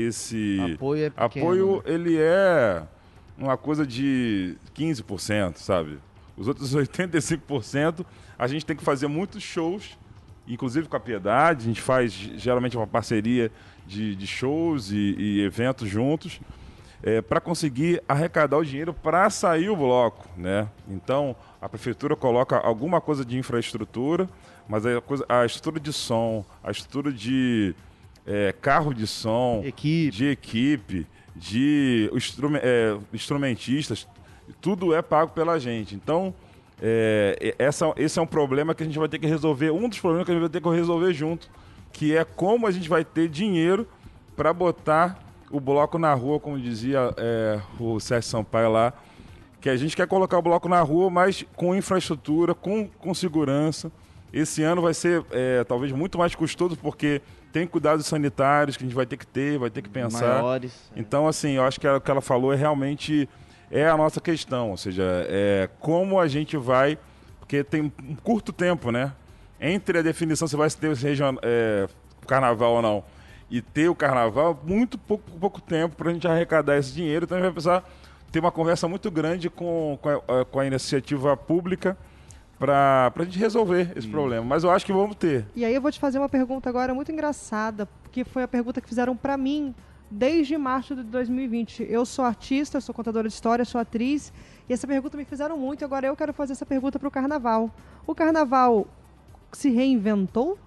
apoio ele é uma coisa de 15%, sabe? Os outros 85% a gente tem que fazer muitos shows, inclusive com a Piedade, a gente faz geralmente uma parceria de shows e eventos juntos, para conseguir arrecadar o dinheiro para sair o bloco, né? Então, a prefeitura coloca alguma coisa de infraestrutura, mas a estrutura de som, a estrutura de carro de som, de equipe, de instrumentistas, tudo é pago pela gente. Então, esse é um problema que a gente vai ter que resolver, um dos problemas que a gente vai ter que resolver junto, que é como a gente vai ter dinheiro para botar o bloco na rua, como dizia o Sérgio Sampaio lá, que a gente quer colocar o bloco na rua, mas com infraestrutura, com segurança. Esse ano vai ser talvez muito mais custoso, porque tem cuidados sanitários que a gente vai ter que pensar. Maiores. Então, assim, eu acho que o que ela falou realmente a nossa questão, ou seja, como a gente vai, porque tem um curto tempo, né? Entre a definição se vai ter carnaval ou não e ter o carnaval, muito pouco tempo para a gente arrecadar esse dinheiro. Então a gente vai precisar ter uma conversa muito grande com a iniciativa pública para a gente resolver esse problema. Mas eu acho que vamos ter. E aí eu vou te fazer uma pergunta agora muito engraçada, que foi a pergunta que fizeram para mim desde março de 2020. Eu sou artista, sou contadora de história, sou atriz, e essa pergunta me fizeram muito, agora eu quero fazer essa pergunta para o carnaval. O carnaval se reinventou?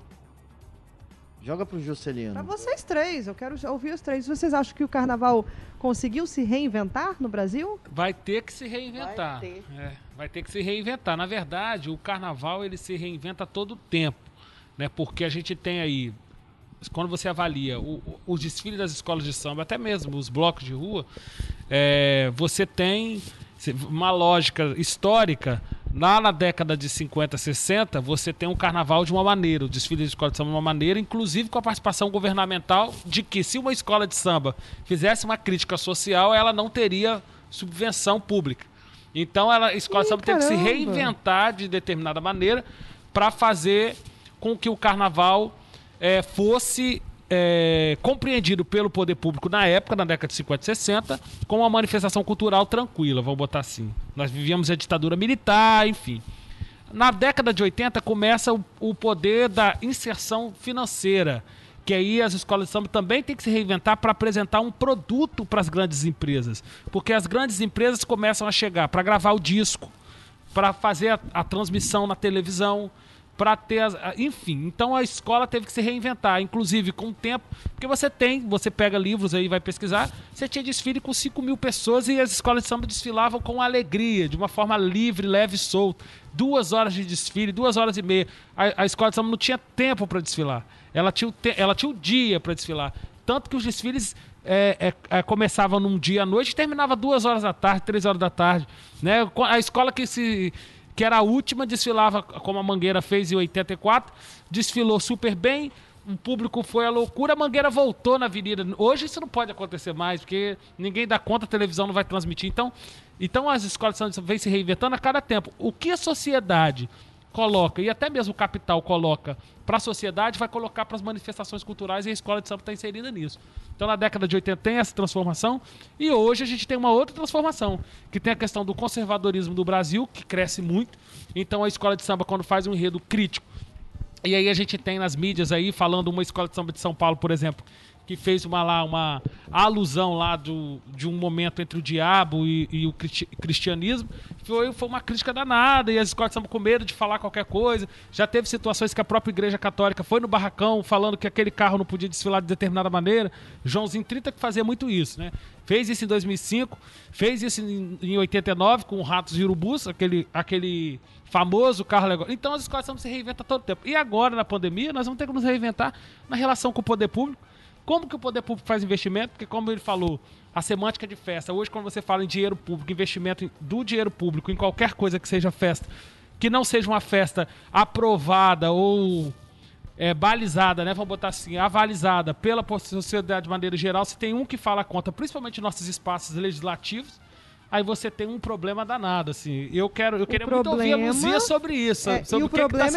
Joga pro Juscelino. Para vocês três, eu quero ouvir os três. Vocês acham que o carnaval conseguiu se reinventar no Brasil? Vai ter que se reinventar. Vai ter que se reinventar. Na verdade, o carnaval ele se reinventa todo o tempo, né? Porque a gente tem aí, quando você avalia os desfiles das escolas de samba, até mesmo os blocos de rua, você tem uma lógica histórica. Lá na década de 50, 60, você tem um carnaval de uma maneira, o desfile de escola de samba de uma maneira, inclusive com a participação governamental, de que se uma escola de samba fizesse uma crítica social, ela não teria subvenção pública. Então a escola de samba teve que se reinventar de determinada maneira para fazer com que o carnaval fosse compreendido pelo poder público na época, na década de 50 e 60, como uma manifestação cultural tranquila, vamos botar assim. Nós vivíamos a ditadura militar, enfim. Na década de 80 começa o poder da inserção financeira, que aí as escolas de samba também têm que se reinventar para apresentar um produto para as grandes empresas, porque as grandes empresas começam a chegar para gravar o disco, para fazer a transmissão na televisão, para ter enfim, então a escola teve que se reinventar, inclusive com o tempo, porque você pega livros aí, vai pesquisar, você tinha desfile com 5 mil pessoas e as escolas de samba desfilavam com alegria, de uma forma livre, leve e solta. 2 horas de desfile, 2 horas e meia. A escola de samba não tinha tempo para desfilar, ela tinha o dia para desfilar, tanto que os desfiles começavam num dia à noite e terminava 2 horas da tarde, 3 horas da tarde, né? A escola que era a última, desfilava como a Mangueira fez em 84, desfilou super bem, um público foi à loucura, a Mangueira voltou na avenida. Hoje isso não pode acontecer mais, porque ninguém dá conta, a televisão não vai transmitir. Então as escolas de samba vêm se reinventando a cada tempo. O que a sociedade coloca, e até mesmo o capital coloca para a sociedade, vai colocar para as manifestações culturais, e a escola de samba está inserida nisso. Então na década de 80 tem essa transformação, e hoje a gente tem uma outra transformação, que tem a questão do conservadorismo do Brasil, que cresce muito. Então a escola de samba, quando faz um enredo crítico, e aí a gente tem nas mídias aí, falando uma escola de samba de São Paulo, por exemplo, que fez uma alusão lá de um momento entre o diabo e o cristianismo, foi uma crítica danada, e as escolas de samba com medo de falar qualquer coisa. Já teve situações que a própria Igreja Católica foi no barracão falando que aquele carro não podia desfilar de determinada maneira. Joãozinho 30 que fazia muito isso, né? Fez isso em 2005, fez isso em 89 com o Ratos e Urubus, aquele famoso carro legal. Então as escolas de samba se reinventam todo o tempo. E agora, na pandemia, nós vamos ter que nos reinventar na relação com o poder público. Como que o poder público faz investimento? Porque, como ele falou, a semântica de festa. Hoje, quando você fala em dinheiro público, investimento do dinheiro público em qualquer coisa que seja festa, que não seja uma festa aprovada ou balizada, né? Vamos botar assim, avalizada pela sociedade de maneira geral, se tem um que fala contra, principalmente nossos espaços legislativos, aí você tem um problema danado, assim. Eu queria muito ouvir a Luzia sobre isso. Sobre e o problema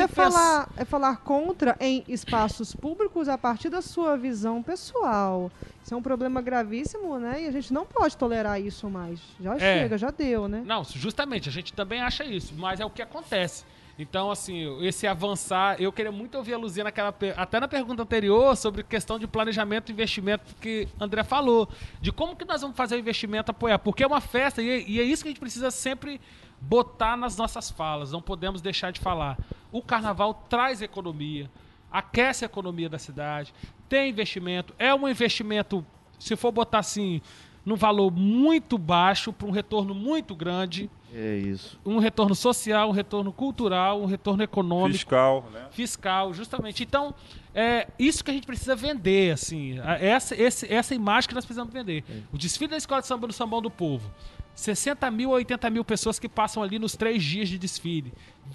é falar contra em espaços públicos a partir da sua visão pessoal. Isso é um problema gravíssimo, né? E a gente não pode tolerar isso mais. Já chega, já deu, né? Não, justamente, a gente também acha isso, mas é o que acontece. Então, assim, esse avançar, eu queria muito ouvir a Luzia até na pergunta anterior, sobre questão de planejamento e investimento que André falou, de como que nós vamos fazer o investimento apoiar, porque é uma festa e é isso que a gente precisa sempre botar nas nossas falas, não podemos deixar de falar. O carnaval traz economia, aquece a economia da cidade, tem investimento, é um investimento, se for botar assim, num valor muito baixo para um retorno muito grande. É isso. Um retorno social, um retorno cultural, um retorno econômico. Fiscal, né? Fiscal, justamente. Então, é isso que a gente precisa vender, assim. Essa imagem que nós precisamos vender. O desfile da Escola de Samba no Sambão do Povo. 60 mil a 80 mil pessoas que passam ali nos 3 dias de desfile.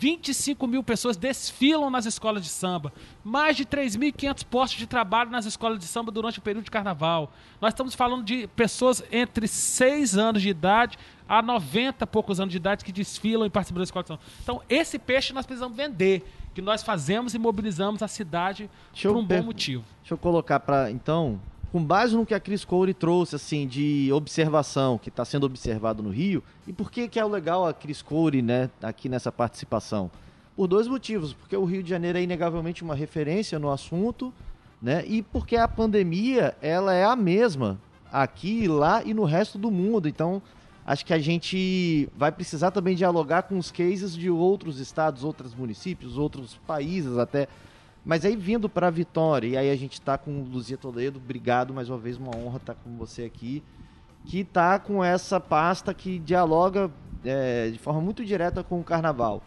25 mil pessoas desfilam nas escolas de samba. Mais de 3.500 postos de trabalho nas escolas de samba durante o período de carnaval. Nós estamos falando de pessoas entre 6 anos de idade a 90 e poucos anos de idade que desfilam e participam da escola de samba. Então, esse peixe nós precisamos vender, que nós fazemos e mobilizamos a cidade por um bom motivo. Deixa eu colocar para, então, com base no que a Cris Coure trouxe, assim, de observação, que está sendo observado no Rio, e por que é o legal a Cris Coure, né, aqui nessa participação? Por 2 motivos, porque o Rio de Janeiro é inegavelmente uma referência no assunto, né, e porque a pandemia, ela é a mesma aqui, lá e no resto do mundo. Então, acho que a gente vai precisar também dialogar com os cases de outros estados, outros municípios, outros países até. Mas aí vindo para Vitória, e aí a gente está com Luzia Toledo, obrigado mais uma vez, uma honra estar com você aqui, que está com essa pasta que dialoga de forma muito direta com o Carnaval.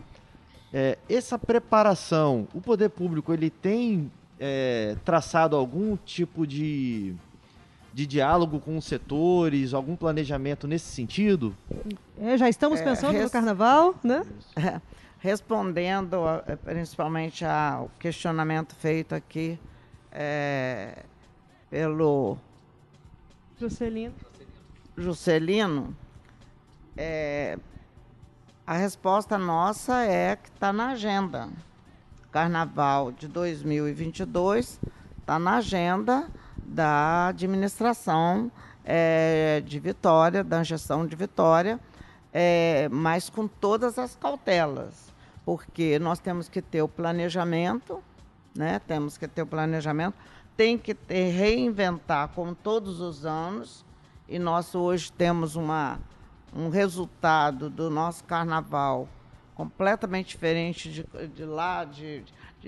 Essa preparação, o poder público, ele tem traçado algum tipo de diálogo com os setores, algum planejamento nesse sentido? Já estamos pensando no Carnaval, né? Respondendo principalmente ao questionamento feito aqui pelo Juscelino, a resposta nossa é que está na agenda. Carnaval de 2022 está na agenda da administração de Vitória, da gestão de Vitória, mas com todas as cautelas, porque nós temos que ter o planejamento, né? Temos que ter o planejamento, tem que reinventar como todos os anos, e nós hoje temos um resultado do nosso carnaval completamente diferente de lá, de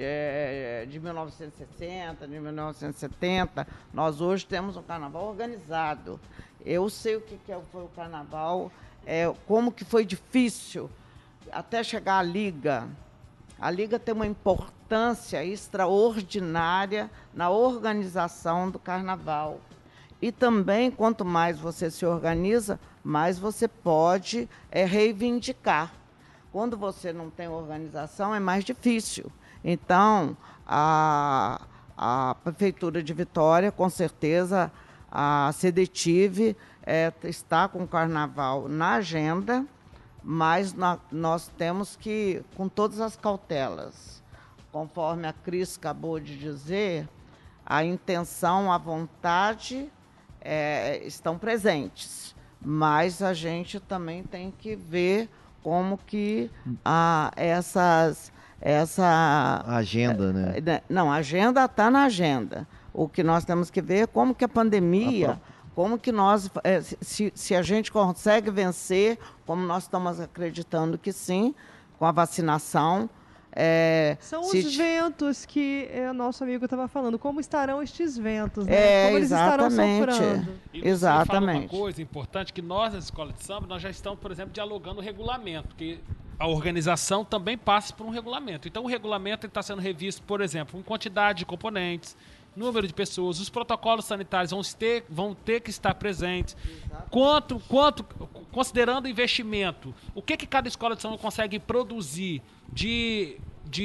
1960, de 1970. Nós hoje temos um carnaval organizado. Eu sei o que foi o carnaval, como que foi difícil até chegar à Liga. A Liga tem uma importância extraordinária na organização do carnaval. E também, quanto mais você se organiza, mais você pode reivindicar. Quando você não tem organização, é mais difícil. Então, A Prefeitura de Vitória, com certeza, a CEDETIV está com o carnaval na agenda, mas nós temos que, com todas as cautelas, conforme a Cris acabou de dizer, a intenção, a vontade estão presentes, mas a gente também tem que ver como que essa agenda, né? Não, a agenda está na agenda. O que nós temos que ver é como que a pandemia, como que nós, se a gente consegue vencer, como nós estamos acreditando que sim, com a vacinação. São os ventos que o nosso amigo estava falando. Como estarão estes ventos, né? Como eles estarão soprando. E você fala uma coisa importante, que nós, na Escola de Samba, nós já estamos, por exemplo, dialogando o regulamento, que a organização também passa por um regulamento. Então, o regulamento está sendo revisto, por exemplo, em quantidade de componentes, número de pessoas, os protocolos sanitários vão ter que estar presentes. Quanto, considerando investimento, o que cada escola de samba consegue produzir de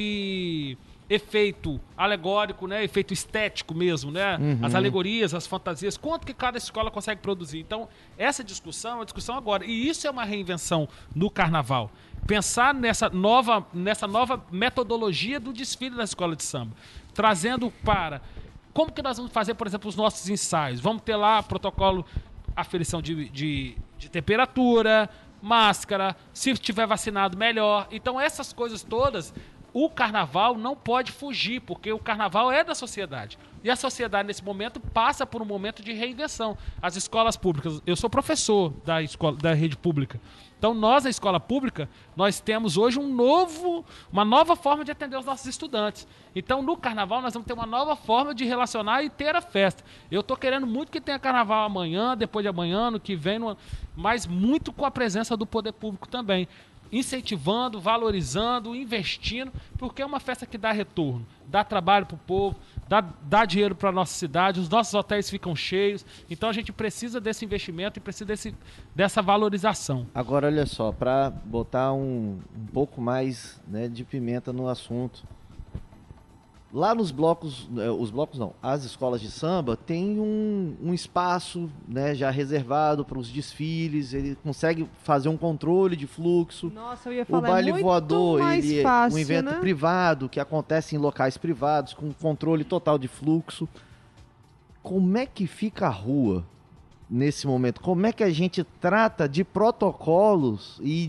efeito alegórico, né? Efeito estético mesmo, né? Uhum. As alegorias, as fantasias, quanto que cada escola consegue produzir. Então, essa discussão é uma discussão agora. E isso é uma reinvenção no carnaval. Pensar nessa nova metodologia do desfile da escola de samba. Trazendo para... Como que nós vamos fazer, por exemplo, os nossos ensaios? Vamos ter lá protocolo, aferição de temperatura, máscara, se estiver vacinado, melhor. Então, essas coisas todas, o carnaval não pode fugir, porque o carnaval é da sociedade. E a sociedade, nesse momento, passa por um momento de reinvenção. As escolas públicas, eu sou professor da rede pública. Então, nós, na escola pública, nós temos hoje uma nova forma de atender os nossos estudantes. Então, no carnaval, nós vamos ter uma nova forma de relacionar e ter a festa. Eu estou querendo muito que tenha carnaval amanhã, depois de amanhã, no que vem, mas muito com a presença do poder público também. Incentivando, valorizando, investindo, porque é uma festa que dá retorno, dá trabalho para o povo, dá dinheiro para a nossa cidade, os nossos hotéis ficam cheios, então a gente precisa desse investimento e precisa dessa valorização. Agora, olha só, para botar um pouco mais, né, de pimenta no assunto, lá nos blocos, as escolas de samba tem um espaço, né, já reservado para os desfiles, ele consegue fazer um controle de fluxo. Nossa, eu ia falar, o baile voador, ele fácil, é um evento, né, privado, que acontece em locais privados, com controle total de fluxo. Como é que fica a rua nesse momento? Como é que a gente trata de protocolos e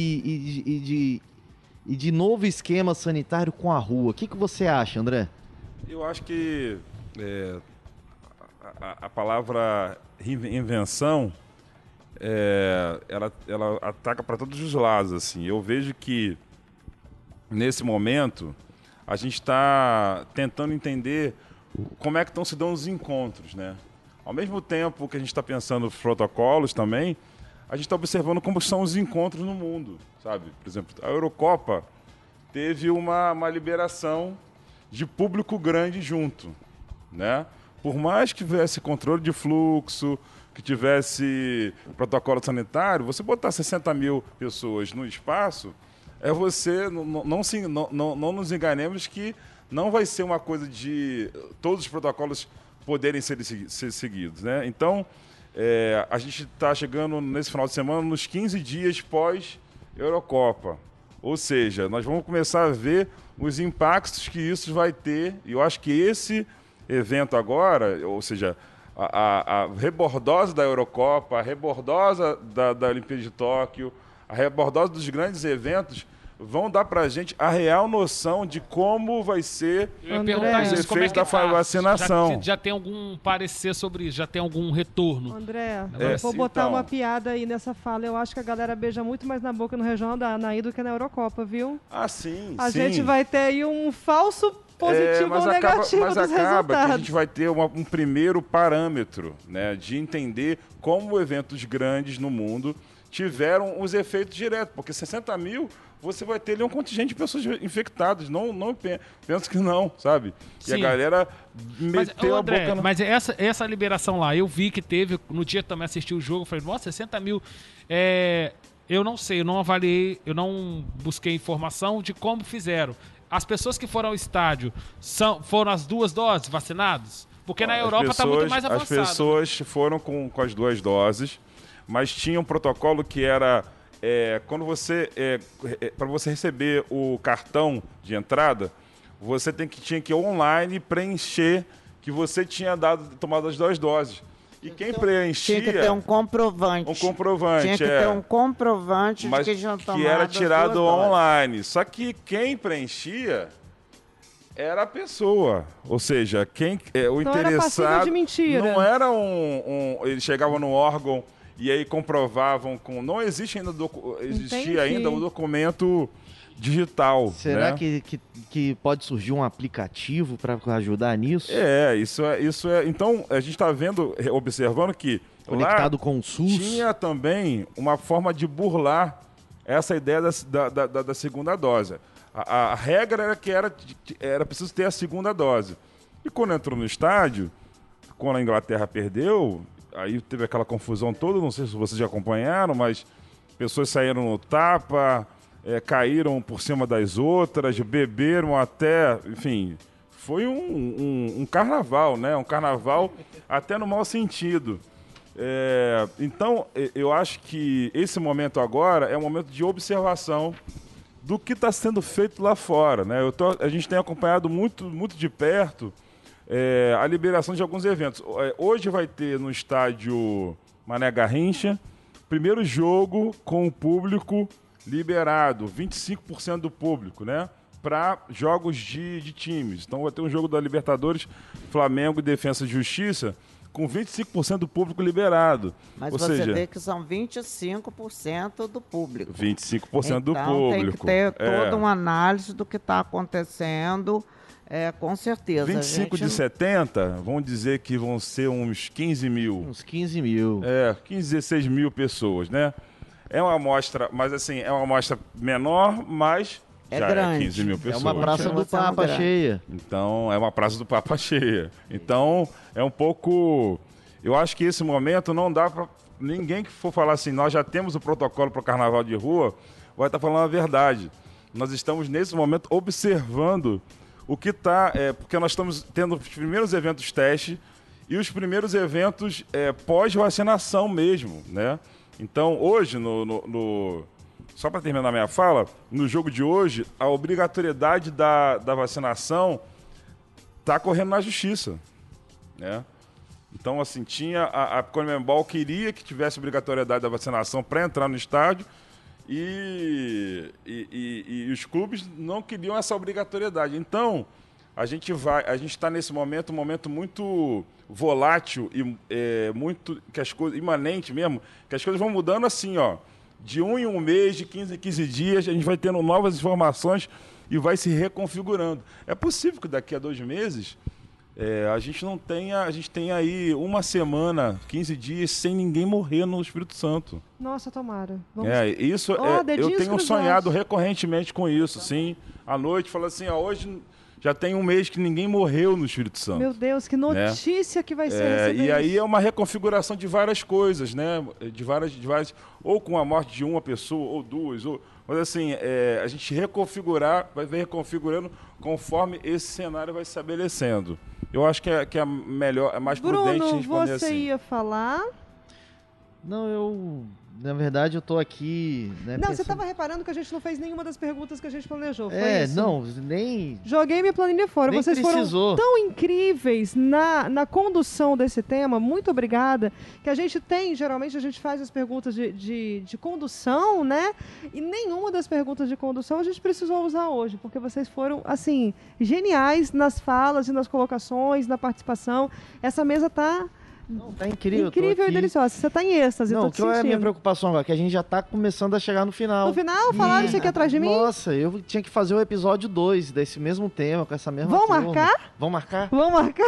de novo esquema sanitário com a rua? O que você acha, André? Eu acho que a palavra reinvenção, ela ataca para todos os lados. Assim. Eu vejo que, nesse momento, a gente está tentando entender como é que estão se dando os encontros, né? Ao mesmo tempo que a gente está pensando nos protocolos também, a gente está observando como são os encontros no mundo, sabe? Por exemplo, a Eurocopa teve uma liberação de público grande junto, né? Por mais que tivesse controle de fluxo, que tivesse protocolo sanitário, você botar 60 mil pessoas no espaço, não nos enganemos que não vai ser uma coisa de todos os protocolos poderem ser seguidos, né? Então, a gente está chegando nesse final de semana nos 15 dias pós-Eurocopa. Ou seja, nós vamos começar a ver os impactos que isso vai ter. E eu acho que esse evento agora, ou seja, a rebordosa da Eurocopa, a rebordosa da Olimpíada de Tóquio, a rebordosa dos grandes eventos, vão dar para a gente a real noção de como vai ser os efeitos da vacinação. Já tem algum parecer sobre isso? Já tem algum retorno? André, vou botar uma piada aí nessa fala. Eu acho que a galera beija muito mais na boca no Regional da Anaí do que na Eurocopa, viu? Ah, sim. A gente vai ter aí um falso positivo ou negativo dos resultados. Mas acaba que a gente vai ter um primeiro parâmetro, né, de entender como eventos grandes no mundo tiveram os efeitos diretos, porque 60 mil você vai ter ali um contingente de pessoas infectadas, não penso que não, sabe? Sim. E a galera meteu a boca no... Mas essa liberação lá, eu vi que teve, no dia que também assisti o jogo, eu falei, nossa, 60 mil, eu não sei, eu não avaliei, eu não busquei informação de como fizeram. as pessoas que foram ao estádio foram as 2 doses vacinados? Porque na Europa está muito mais avançado. As pessoas foram com as 2 doses, mas tinha um protocolo que era quando você para você receber o cartão de entrada, você tinha que online preencher que você tinha tomado as 2 doses. E quem preenchia... Tinha que ter um comprovante. Tinha que ter um comprovante mas de que tinham tomado que era tirado as 2 doses. online. Só que quem preenchia era a pessoa. Ou seja, o Não interessado... era passível de mentira. Não era eles chegavam no órgão e aí comprovavam com... Não existe ainda... Existia ainda o documento digital. Será né? que pode surgir um aplicativo para ajudar nisso? Isso é. Então, a gente está observando que conectado lá com o SUS. Tinha também uma forma de burlar essa ideia da segunda dose. A regra era que era preciso ter a segunda dose. E quando entrou no estádio, quando a Inglaterra perdeu, aí teve aquela confusão toda, não sei se vocês já acompanharam, mas pessoas saíram no tapa... caíram por cima das outras, beberam até, enfim, foi um carnaval, né? Um carnaval até no mau sentido. Então, eu acho que esse momento agora é um momento de observação do que está sendo feito lá fora, né? A gente tem acompanhado muito, muito de perto a liberação de alguns eventos. Hoje vai ter no estádio Mané Garrincha, primeiro jogo com o público liberado, 25% do público, né? Para jogos de times. Então vai ter um jogo da Libertadores, Flamengo e Defensa e Justiça, com 25% do público liberado. Mas Ou você seja, vê que são 25% do público. 25% do então, público. Tem que ter toda uma análise do que está acontecendo, com certeza. 25 de 70, vamos dizer que vão ser uns 15 mil. Uns 15 mil. 15, 16 mil pessoas, né? É uma amostra, mas assim, é uma amostra menor, mas já grande. 15 mil pessoas. É uma praça do Papa cheia. Então, é uma praça do Papa cheia. Então, é um pouco... Eu acho que esse momento não dá para... Ninguém que for falar assim, nós já temos o protocolo para o carnaval de rua, vai estar falando a verdade. Nós estamos, nesse momento, observando o que está... porque nós estamos tendo os primeiros eventos teste e os primeiros eventos pós-vacinação mesmo, né? Então, hoje, só para terminar minha fala, no jogo de hoje, a obrigatoriedade da vacinação está correndo na justiça, né? Então, assim, a CONMEBOL queria que tivesse obrigatoriedade da vacinação para entrar no estádio e os clubes não queriam essa obrigatoriedade. Então, a gente está nesse momento, um momento muito volátil e muito que as coisas imanente mesmo, que as coisas vão mudando assim, ó, de um em um mês, de 15 em 15 dias, a gente vai tendo novas informações e vai se reconfigurando. É possível que daqui a 2 meses a gente não tenha, a gente tenha aí uma semana, 15 dias sem ninguém morrer no Espírito Santo. Nossa, tomara. Isso eu tenho sonhado recorrentemente com isso, sim. À noite, falo assim, hoje já tem um mês que ninguém morreu no Espírito Santo. Meu Deus, que notícia que vai ser receber E aí isso. é uma reconfiguração de várias coisas, né? De várias, ou com a morte de uma pessoa, ou 2, mas assim, a gente vai reconfigurando conforme esse cenário vai se estabelecendo. Eu acho que é melhor, é mais prudente responder Bruno, você assim. ia falar? Não, na verdade, eu tô aqui... Né, Não, você estava reparando que a gente não fez nenhuma das perguntas que a gente planejou, foi isso? Não, nem... Joguei minha planilha fora. Nem Vocês precisou. foram tão incríveis na condução desse tema. Muito obrigada. Que a gente tem, geralmente, a gente faz as perguntas de condução, né? E nenhuma das perguntas de condução a gente precisou usar hoje, porque vocês foram, assim, geniais nas falas e nas colocações, na participação. Essa mesa tá... Não, tá incrível. Incrível e deliciosa. Você tá em êxtase, Não, tô te que é a minha sentindo. preocupação agora, que a gente já tá começando a chegar no final. No final, falaram isso aqui atrás de mim? Nossa, eu tinha que fazer o episódio 2 desse mesmo tema, com essa mesma Vão turma. marcar? Vão marcar? Vamos marcar.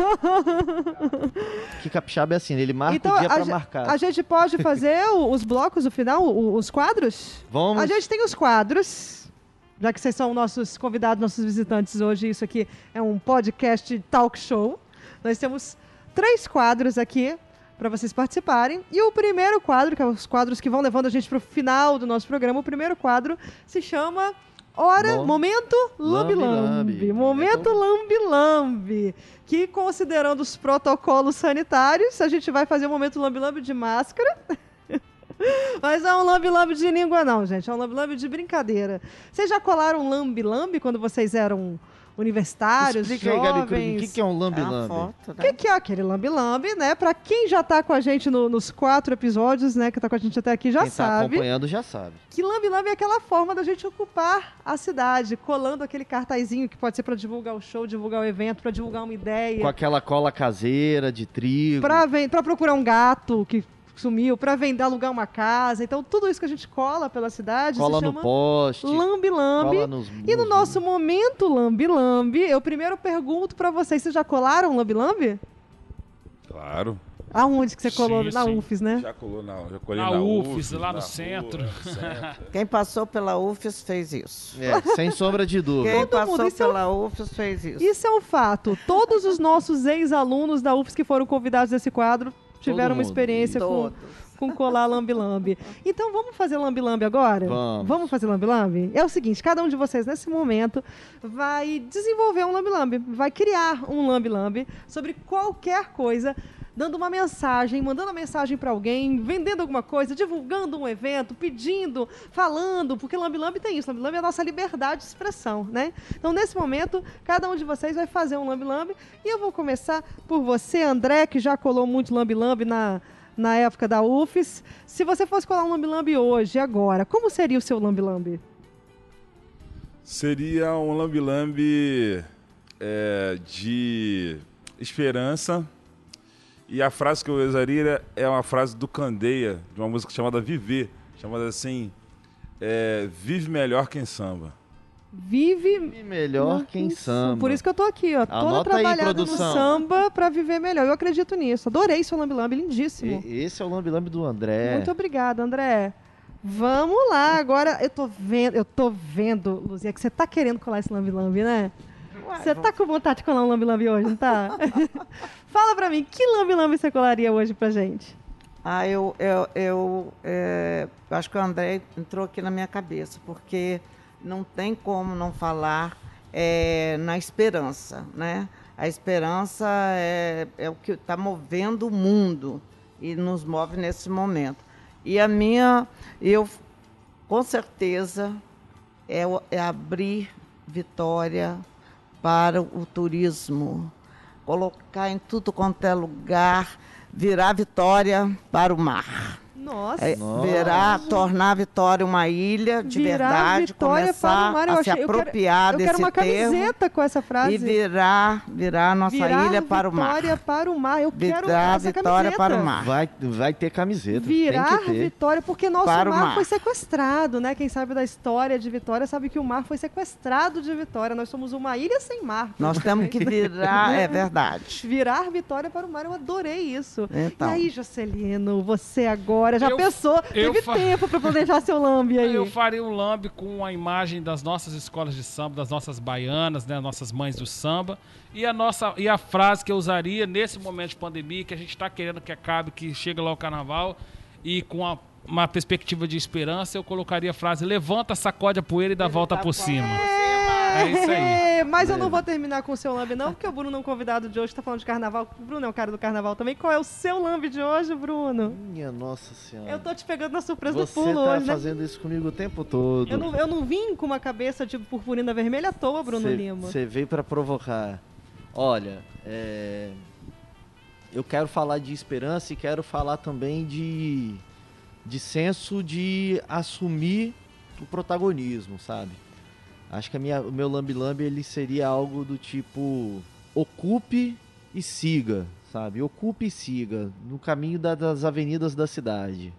Que capixaba é assim, ele marca Então, o dia pra marcar. A gente pode fazer os blocos no final, os quadros? Vamos. A gente tem os quadros, já que vocês são nossos convidados, nossos visitantes hoje, isso aqui é um podcast talk show. Nós temos 3 quadros aqui para vocês participarem. E o primeiro quadro, que é os quadros que vão levando a gente para o final do nosso programa, o primeiro quadro se chama Hora, Bom. momento lambi-lambi. Momento lambi-lambi. Que, considerando os protocolos sanitários, a gente vai fazer um momento lambi-lambi de máscara. Mas não é um lambi-lambi de língua, não, gente. É um lambi-lambi de brincadeira. Vocês já colaram lambi-lambi quando vocês eram universitários, Explica aí, Gabi, jovens? o que é um É uma lambi-lambi? foto, O né? que é aquele lambi-lambi, né? Pra quem já tá com a gente nos 4 episódios, né? Que tá com a gente até aqui, já Quem tá sabe. acompanhando já sabe. Que lambi-lambi é aquela forma da gente ocupar a cidade, colando aquele cartazinho que pode ser pra divulgar o show, divulgar o evento, pra divulgar uma ideia. Com aquela cola caseira de trigo. Pra procurar um gato que sumiu, pra vender, alugar uma casa. Então, tudo isso que a gente cola pela cidade Cola se no chama poste. lambi-lambi. Cola nos E no nosso momento lambi-lambi, eu primeiro pergunto pra vocês Tá já colaram lambi-lambi? Claro. Aonde que você colou? Sim, na sim. UFES, né? Já colou já colei Na na UFES, lá no na centro. rua, no centro. Quem passou pela UFES fez isso. Sem sombra de dúvida. Quem Todo mundo, passou isso é pela UFES fez isso. Isso é um fato. Todos os nossos ex-alunos da UFES que foram convidados desse quadro tiveram uma mundo. experiência Todos. com colar lambi-lambi. Então vamos fazer lambi-lambi agora? Vamos. Fazer lambi-lambi? É o seguinte, cada um de vocês nesse momento vai desenvolver um lambi-lambi, vai criar um lambi-lambi sobre qualquer coisa, dando uma mensagem, mandando uma mensagem para alguém, vendendo alguma coisa, divulgando um evento, pedindo, falando, porque lambi-lambi tem isso, lambi-lambi é a nossa liberdade de expressão, né? Então, nesse momento, cada um de vocês vai fazer um lambi-lambi e eu vou começar por você, André, que já colou muito lambi-lambi na época da UFES. Se você fosse colar um lambi-lambi hoje, agora, como seria o seu lambi-lambi? Seria um lambi-lambi de esperança. E a frase que eu usaria é uma frase do Candeia, de uma música chamada Viver. Chamada assim, Vive Melhor Quem Samba. Vive melhor quem samba. Por isso que eu tô aqui, ó, toda Anota aí, trabalhada no produção. samba pra viver melhor. Eu acredito nisso. Adorei seu lambi-lambi, lindíssimo. Esse é o lambi-lambi do André. Muito obrigada, André. Vamos lá, agora eu tô vendo, Luzia, que você tá querendo colar esse lambi-lambi, né? Você tá com vontade de colar um lambi-lambi hoje, não tá? Fala pra mim, que lambi-lambi você colaria hoje pra gente? Eu acho que o André entrou aqui na minha cabeça, porque não tem como não falar na esperança, né? A esperança é o que está movendo o mundo e nos move nesse momento. E a minha, com certeza, é abrir Vitória para o turismo, colocar em tudo quanto é lugar, virar Vitória para o mar. Nossa. Tornar a Vitória uma ilha de Virar verdade, Vitória para o mar. começar Eu a se achei- apropriar eu desse quero uma termo camiseta com essa frase. e virar a nossa ilha para o mar. Vitória para o mar. Eu quero Virar essa Vitória camiseta. para o mar. Vai ter camiseta. Virar tem que ter. Vitória, porque nosso Para o mar mar. foi sequestrado, né? Quem sabe da história de Vitória sabe que o mar foi sequestrado de Vitória. Nós somos uma ilha sem mar. Nós temos que virar, é verdade. Virar Vitória para o mar, eu adorei isso. Então. E aí, Jocelino, você agora já Eu- pensou? eu Teve fa- tempo para planejar seu lambi aí. Eu faria um lambe com a imagem das nossas escolas de samba, das nossas baianas, né, nossas mães do samba, e a frase que eu usaria nesse momento de pandemia, que a gente está querendo que acabe, que chegue lá o carnaval, e com uma perspectiva de esperança, eu colocaria a frase: levanta, sacode a poeira e dá a volta por cima. É isso aí. Mas eu não vou terminar com o seu lambi, não, porque o Bruno, convidado de hoje, está falando de carnaval. O Bruno é o cara do carnaval também. Qual é o seu lambi de hoje, Bruno? Minha nossa senhora. Eu tô te pegando na surpresa Você do pulo tá hoje, né? fazendo isso comigo o tempo todo. Eu não vim com uma cabeça de purpurina vermelha à toa, Bruno Lima. Você veio pra provocar. Olha, eu quero falar de esperança e quero falar também de senso de assumir o protagonismo, sabe? Acho que o meu lambi-lambi ele seria algo do tipo: ocupe e siga, sabe? Ocupe e siga no caminho das avenidas da cidade.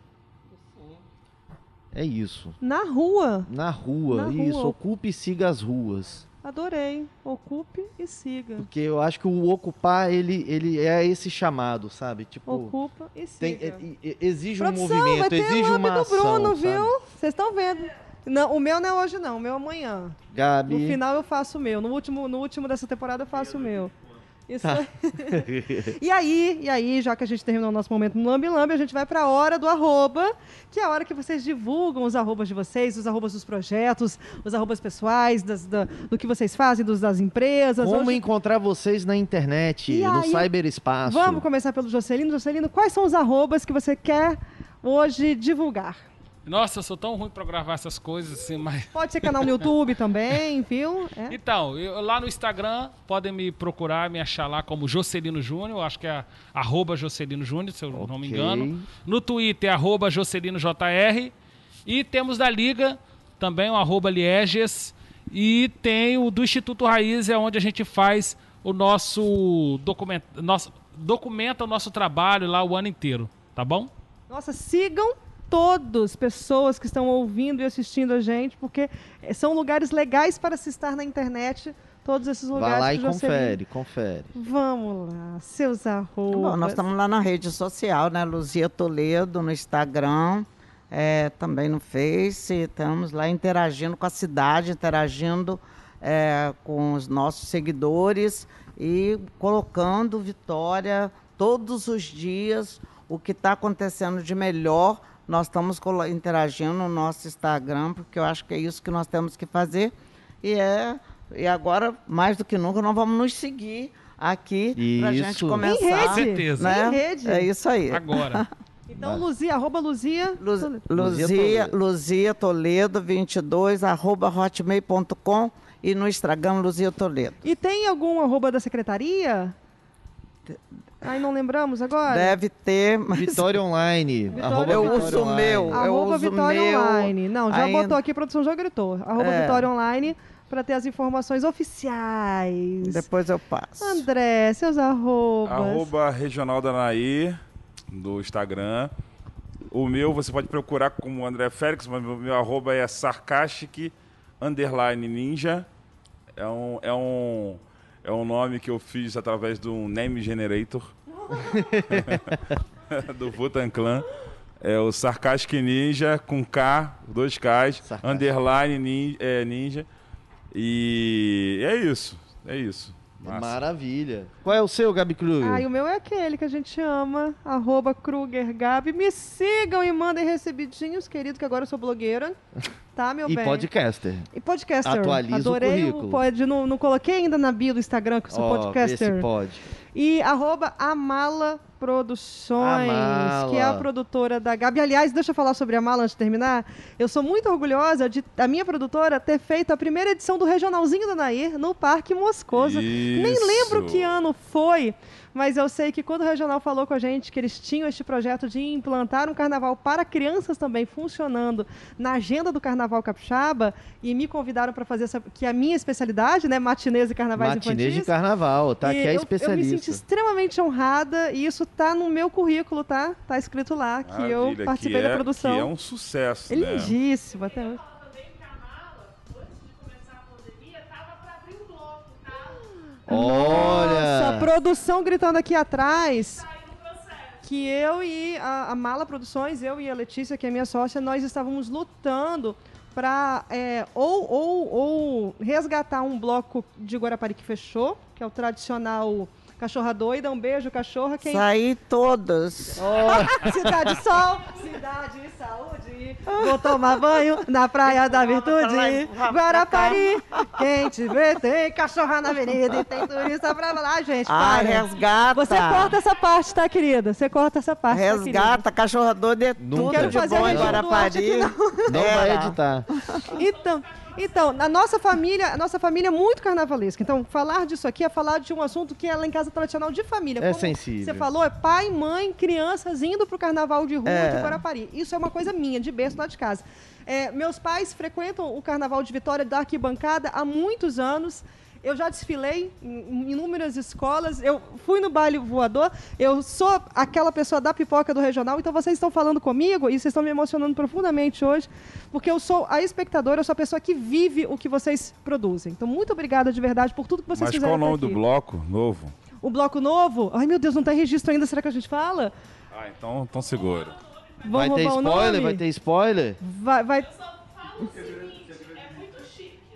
É isso. Na rua. Na rua, isso. Ocupe e siga as ruas. Adorei. Ocupe e siga. Porque eu acho que o ocupar, ele é esse chamado, sabe? Tipo, Ocupa e siga. exige um Produção, movimento, vai ter exige lambi uma do ação, Bruno, sabe? viu? Vocês estão vendo. Não, o meu não é hoje, não. O meu é amanhã. Gabi, No final eu faço o meu. No último dessa temporada eu faço o meu. Isso aí. E aí, já que a gente terminou o nosso momento no Lambe Lambe, a gente vai para a hora do arroba, que é a hora que vocês divulgam os arrobas de vocês, os arrobas dos projetos, os arrobas pessoais, do que vocês fazem, das empresas. Como encontrar vocês na internet, no cyberespaço. Vamos começar pelo Jocelino. Jocelino, quais são os arrobas que você quer hoje divulgar? Nossa, eu sou tão ruim pra gravar essas coisas assim, mas... Pode ser canal no YouTube também, viu? É. Então, lá no Instagram, podem me procurar, me achar lá como Jocelino Júnior, acho que é @Jocelino Júnior, se eu não me engano. No Twitter, @JocelinoJR. E temos da Liga, também o @Lieges. E tem o do Instituto Raiz, é onde a gente faz o nosso documenta o nosso trabalho lá o ano inteiro, tá bom? Nossa, sigam todos, pessoas que estão ouvindo e assistindo a gente, porque são lugares legais para se estar na internet, todos esses lugares. Vai lá e confere. Vamos lá, seus arrobas. Bom, nós estamos lá na rede social, né? Luzia Toledo no Instagram, também no Face, estamos lá interagindo com a cidade, interagindo com os nossos seguidores e colocando Vitória todos os dias, o que está acontecendo de melhor. Nós estamos interagindo no nosso Instagram, porque eu acho que é isso que nós temos que fazer. E agora, mais do que nunca, nós vamos nos seguir aqui para a gente começar. Em rede, com certeza. Né? Em rede. É isso aí. Agora. Então, Luzia, @Luzia. Luzia Toledo 22, @hotmail.com e no Instagram Luzia Toledo. E tem algum arroba da secretaria? Ai, não lembramos agora? Deve ter, mas... Vitória Online. Eu uso o meu. Vitória Online. Não, já botou aqui, a produção já gritou. Vitória Online, para ter as informações oficiais. Depois eu passo. André, seus arrobas. @Regional da Naí, do Instagram. O meu você pode procurar como André Félix, mas meu arroba é sarcastic_ninja. É um nome que eu fiz através do Name Generator do Wu-Tang Clan. É o Sarcastic Ninja com K, 2 Ks, _ninja. E é isso. Massa. Maravilha. Qual é o seu, Gabi Kruger? O meu é aquele que a gente ama, @KrugerGabi. Me sigam e mandem recebidinhos, querido, que agora eu sou blogueira. Tá, meu bem? E podcaster. Atualiza Adorei o currículo. Não coloquei ainda na bio do Instagram que eu sou podcaster. Vê se pode. E @Amala Produções, que é a produtora da Gabi. Aliás, deixa eu falar sobre a Amala antes de terminar. Eu sou muito orgulhosa de a minha produtora ter feito a primeira edição do Regionalzinho da Nair no Parque Moscoso. Nem lembro que ano foi, mas eu sei que quando o Regional falou com a gente que eles tinham este projeto de implantar um carnaval para crianças também funcionando na agenda do Carnaval Capixaba e me convidaram para fazer que é a minha especialidade, né, matinês e carnavais infantis. Matinês de carnaval, tá? Que é especialista. Eu me senti extremamente honrada e isso tá no meu currículo, tá? Tá escrito lá que eu participei da produção. Que é um sucesso, né? Lindíssimo até hoje. Olha! Nossa, a produção gritando aqui atrás que eu e a Mala Produções, eu e a Letícia, que é minha sócia, nós estávamos lutando para ou resgatar um bloco de Guarapari que fechou, que é o tradicional Cachorra Doida. Um beijo, cachorra. Saí todas. Cidade Sol, Cidade Saúde. Vou tomar banho na Praia da Virtude. Guarapari, quem te vê tem cachorra na avenida e tem turista pra lá, gente. Resgata. Você corta essa parte, tá, querida? Você corta essa parte. Resgata, Cachorra Doida é tudo de bom em Guarapari. Não vai editar. Então, a nossa família é muito carnavalesca. Então, falar disso aqui é falar de um assunto que é lá em casa tradicional de família. É sensível. Você falou, é pai, mãe, crianças indo pro carnaval de rua de Guarapari. Isso é uma coisa minha, de berço lá de casa. Meus pais frequentam o carnaval de Vitória da arquibancada há muitos anos. Eu já desfilei em inúmeras escolas, eu fui no baile voador, eu sou aquela pessoa da pipoca do regional, então vocês estão falando comigo e vocês estão me emocionando profundamente hoje, porque eu sou a espectadora, eu sou a pessoa que vive o que vocês produzem. Então, muito obrigada de verdade por tudo que vocês fizeram. Mas qual o nome do bloco novo? O bloco novo? Ai, meu Deus, não tem registro ainda, será que a gente fala? Então segura. Vai ter spoiler? Vai ter spoiler? Vai.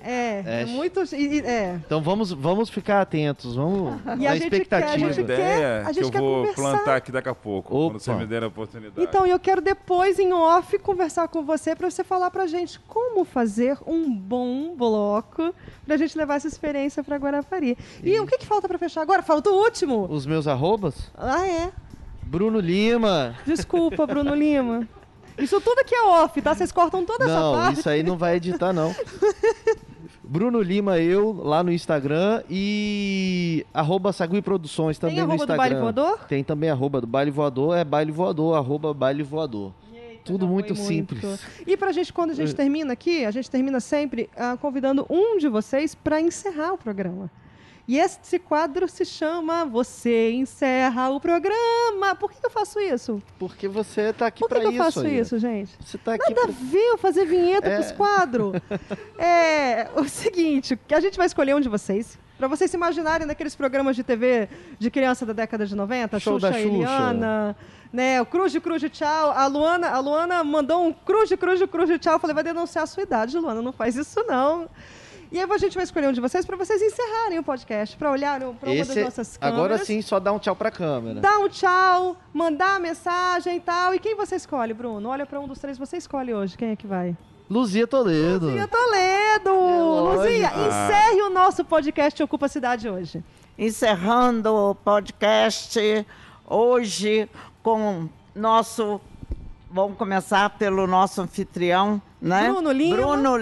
É muito... Então vamos ficar atentos, vamos E na a gente expectativa. quer- a gente Ideia a gente que quer eu vou conversar. plantar aqui daqui a pouco, Opa. quando você me der a oportunidade. Então, eu quero depois, em off, conversar com você para você falar pra gente como fazer um bom bloco pra gente levar essa experiência pra Guarapari. E o que falta pra fechar agora? Falta o último. Os meus arrobas? Ah, é. Bruno Lima. Desculpa, Bruno Lima. Isso tudo aqui é off, tá? Vocês cortam toda essa Não, parte. isso aí não vai editar, não. Bruno Lima, eu, lá no Instagram e @Sagui Produções também Tem no arroba do Instagram. Baile Voador? Tem também @do Baile Voador, é Baile Voador, @Baile Voador. Tudo Já muito foi simples. E pra gente, quando a gente termina aqui, a gente termina sempre convidando um de vocês pra encerrar o programa. E esse quadro se chama Você Encerra o Programa. Por que eu faço isso? Porque você tá aqui Por pra que eu isso faço aí. isso, gente? Você tá aqui Nada a ver eu fazer vinheta É. pros quadros. É o seguinte, que a gente vai escolher um de vocês, pra vocês se imaginarem naqueles programas de TV de criança da década de 90, Show Xuxa, da Xuxa. Eliana, né, o Cruz de Tchau. A Luana mandou um Cruz de Tchau. Eu falei, vai denunciar a sua idade, Luana, não faz isso não. E aí a gente vai escolher um de vocês pra vocês encerrarem o podcast, pra olhar pra uma das nossas câmeras. Agora sim, só dá um tchau pra câmera. Dá um tchau, mandar a mensagem e tal. E quem você escolhe, Bruno? Olha pra um dos três, você escolhe hoje. Quem é que vai? Luzia Toledo. Luzia Toledo! lógico. Luzia, encerre o nosso podcast Ocupa a Cidade hoje. Encerrando o podcast hoje com nosso... Vamos começar pelo nosso anfitrião, né? Bruno Lima.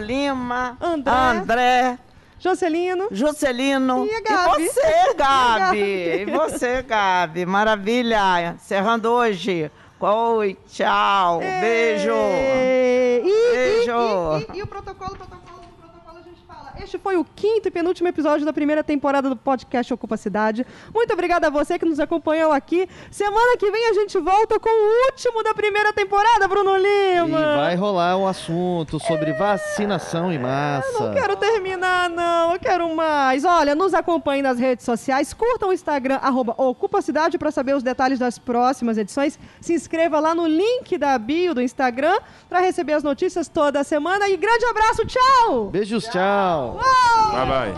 André, Jocelino. Juscelino. E a Gabi. E você, Gabi. Maravilha. Encerrando hoje. Oi, tchau. Beijo. Beijo. E o protocolo a gente fala. Este foi o 5º e penúltimo episódio da primeira temporada do podcast Ocupa a Cidade. Muito obrigada a você que nos acompanhou aqui. Semana que vem a gente volta com o último da primeira temporada, Bruno Lima. E vai rolar um assunto sobre vacinação em massa. Não quero terminar, não. Eu quero mais. Olha, nos acompanhem nas redes sociais. Curtam o Instagram, @OcupaCidade, para saber os detalhes das próximas edições. Se inscreva lá no link da bio do Instagram para receber as notícias toda semana. E grande abraço. Tchau! Beijos, tchau. Bye, bye.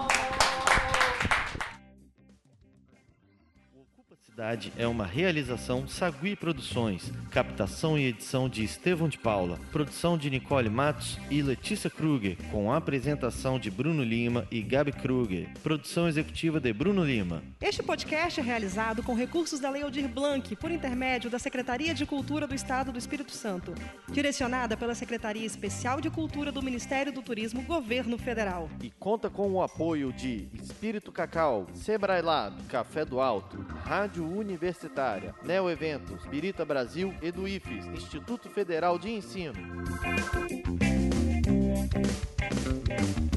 Ocupa Cidade é uma realização Sagui Produções, captação e edição de Estevão de Paula, produção de Nicole Matos e Letícia Kruger, com a apresentação de Bruno Lima e Gabi Kruger, produção executiva de Bruno Lima. Este podcast é realizado com recursos da Lei Aldir Blanc, por intermédio da Secretaria de Cultura do Estado do Espírito Santo, direcionada pela Secretaria Especial de Cultura do Ministério do Turismo, Governo Federal. E conta com o apoio de Espírito Cacau, Sebrae Lab, Café do Alto, Rádio Universitária, Neo Eventos, Birita Brasil e do IFES, Instituto Federal de Ensino.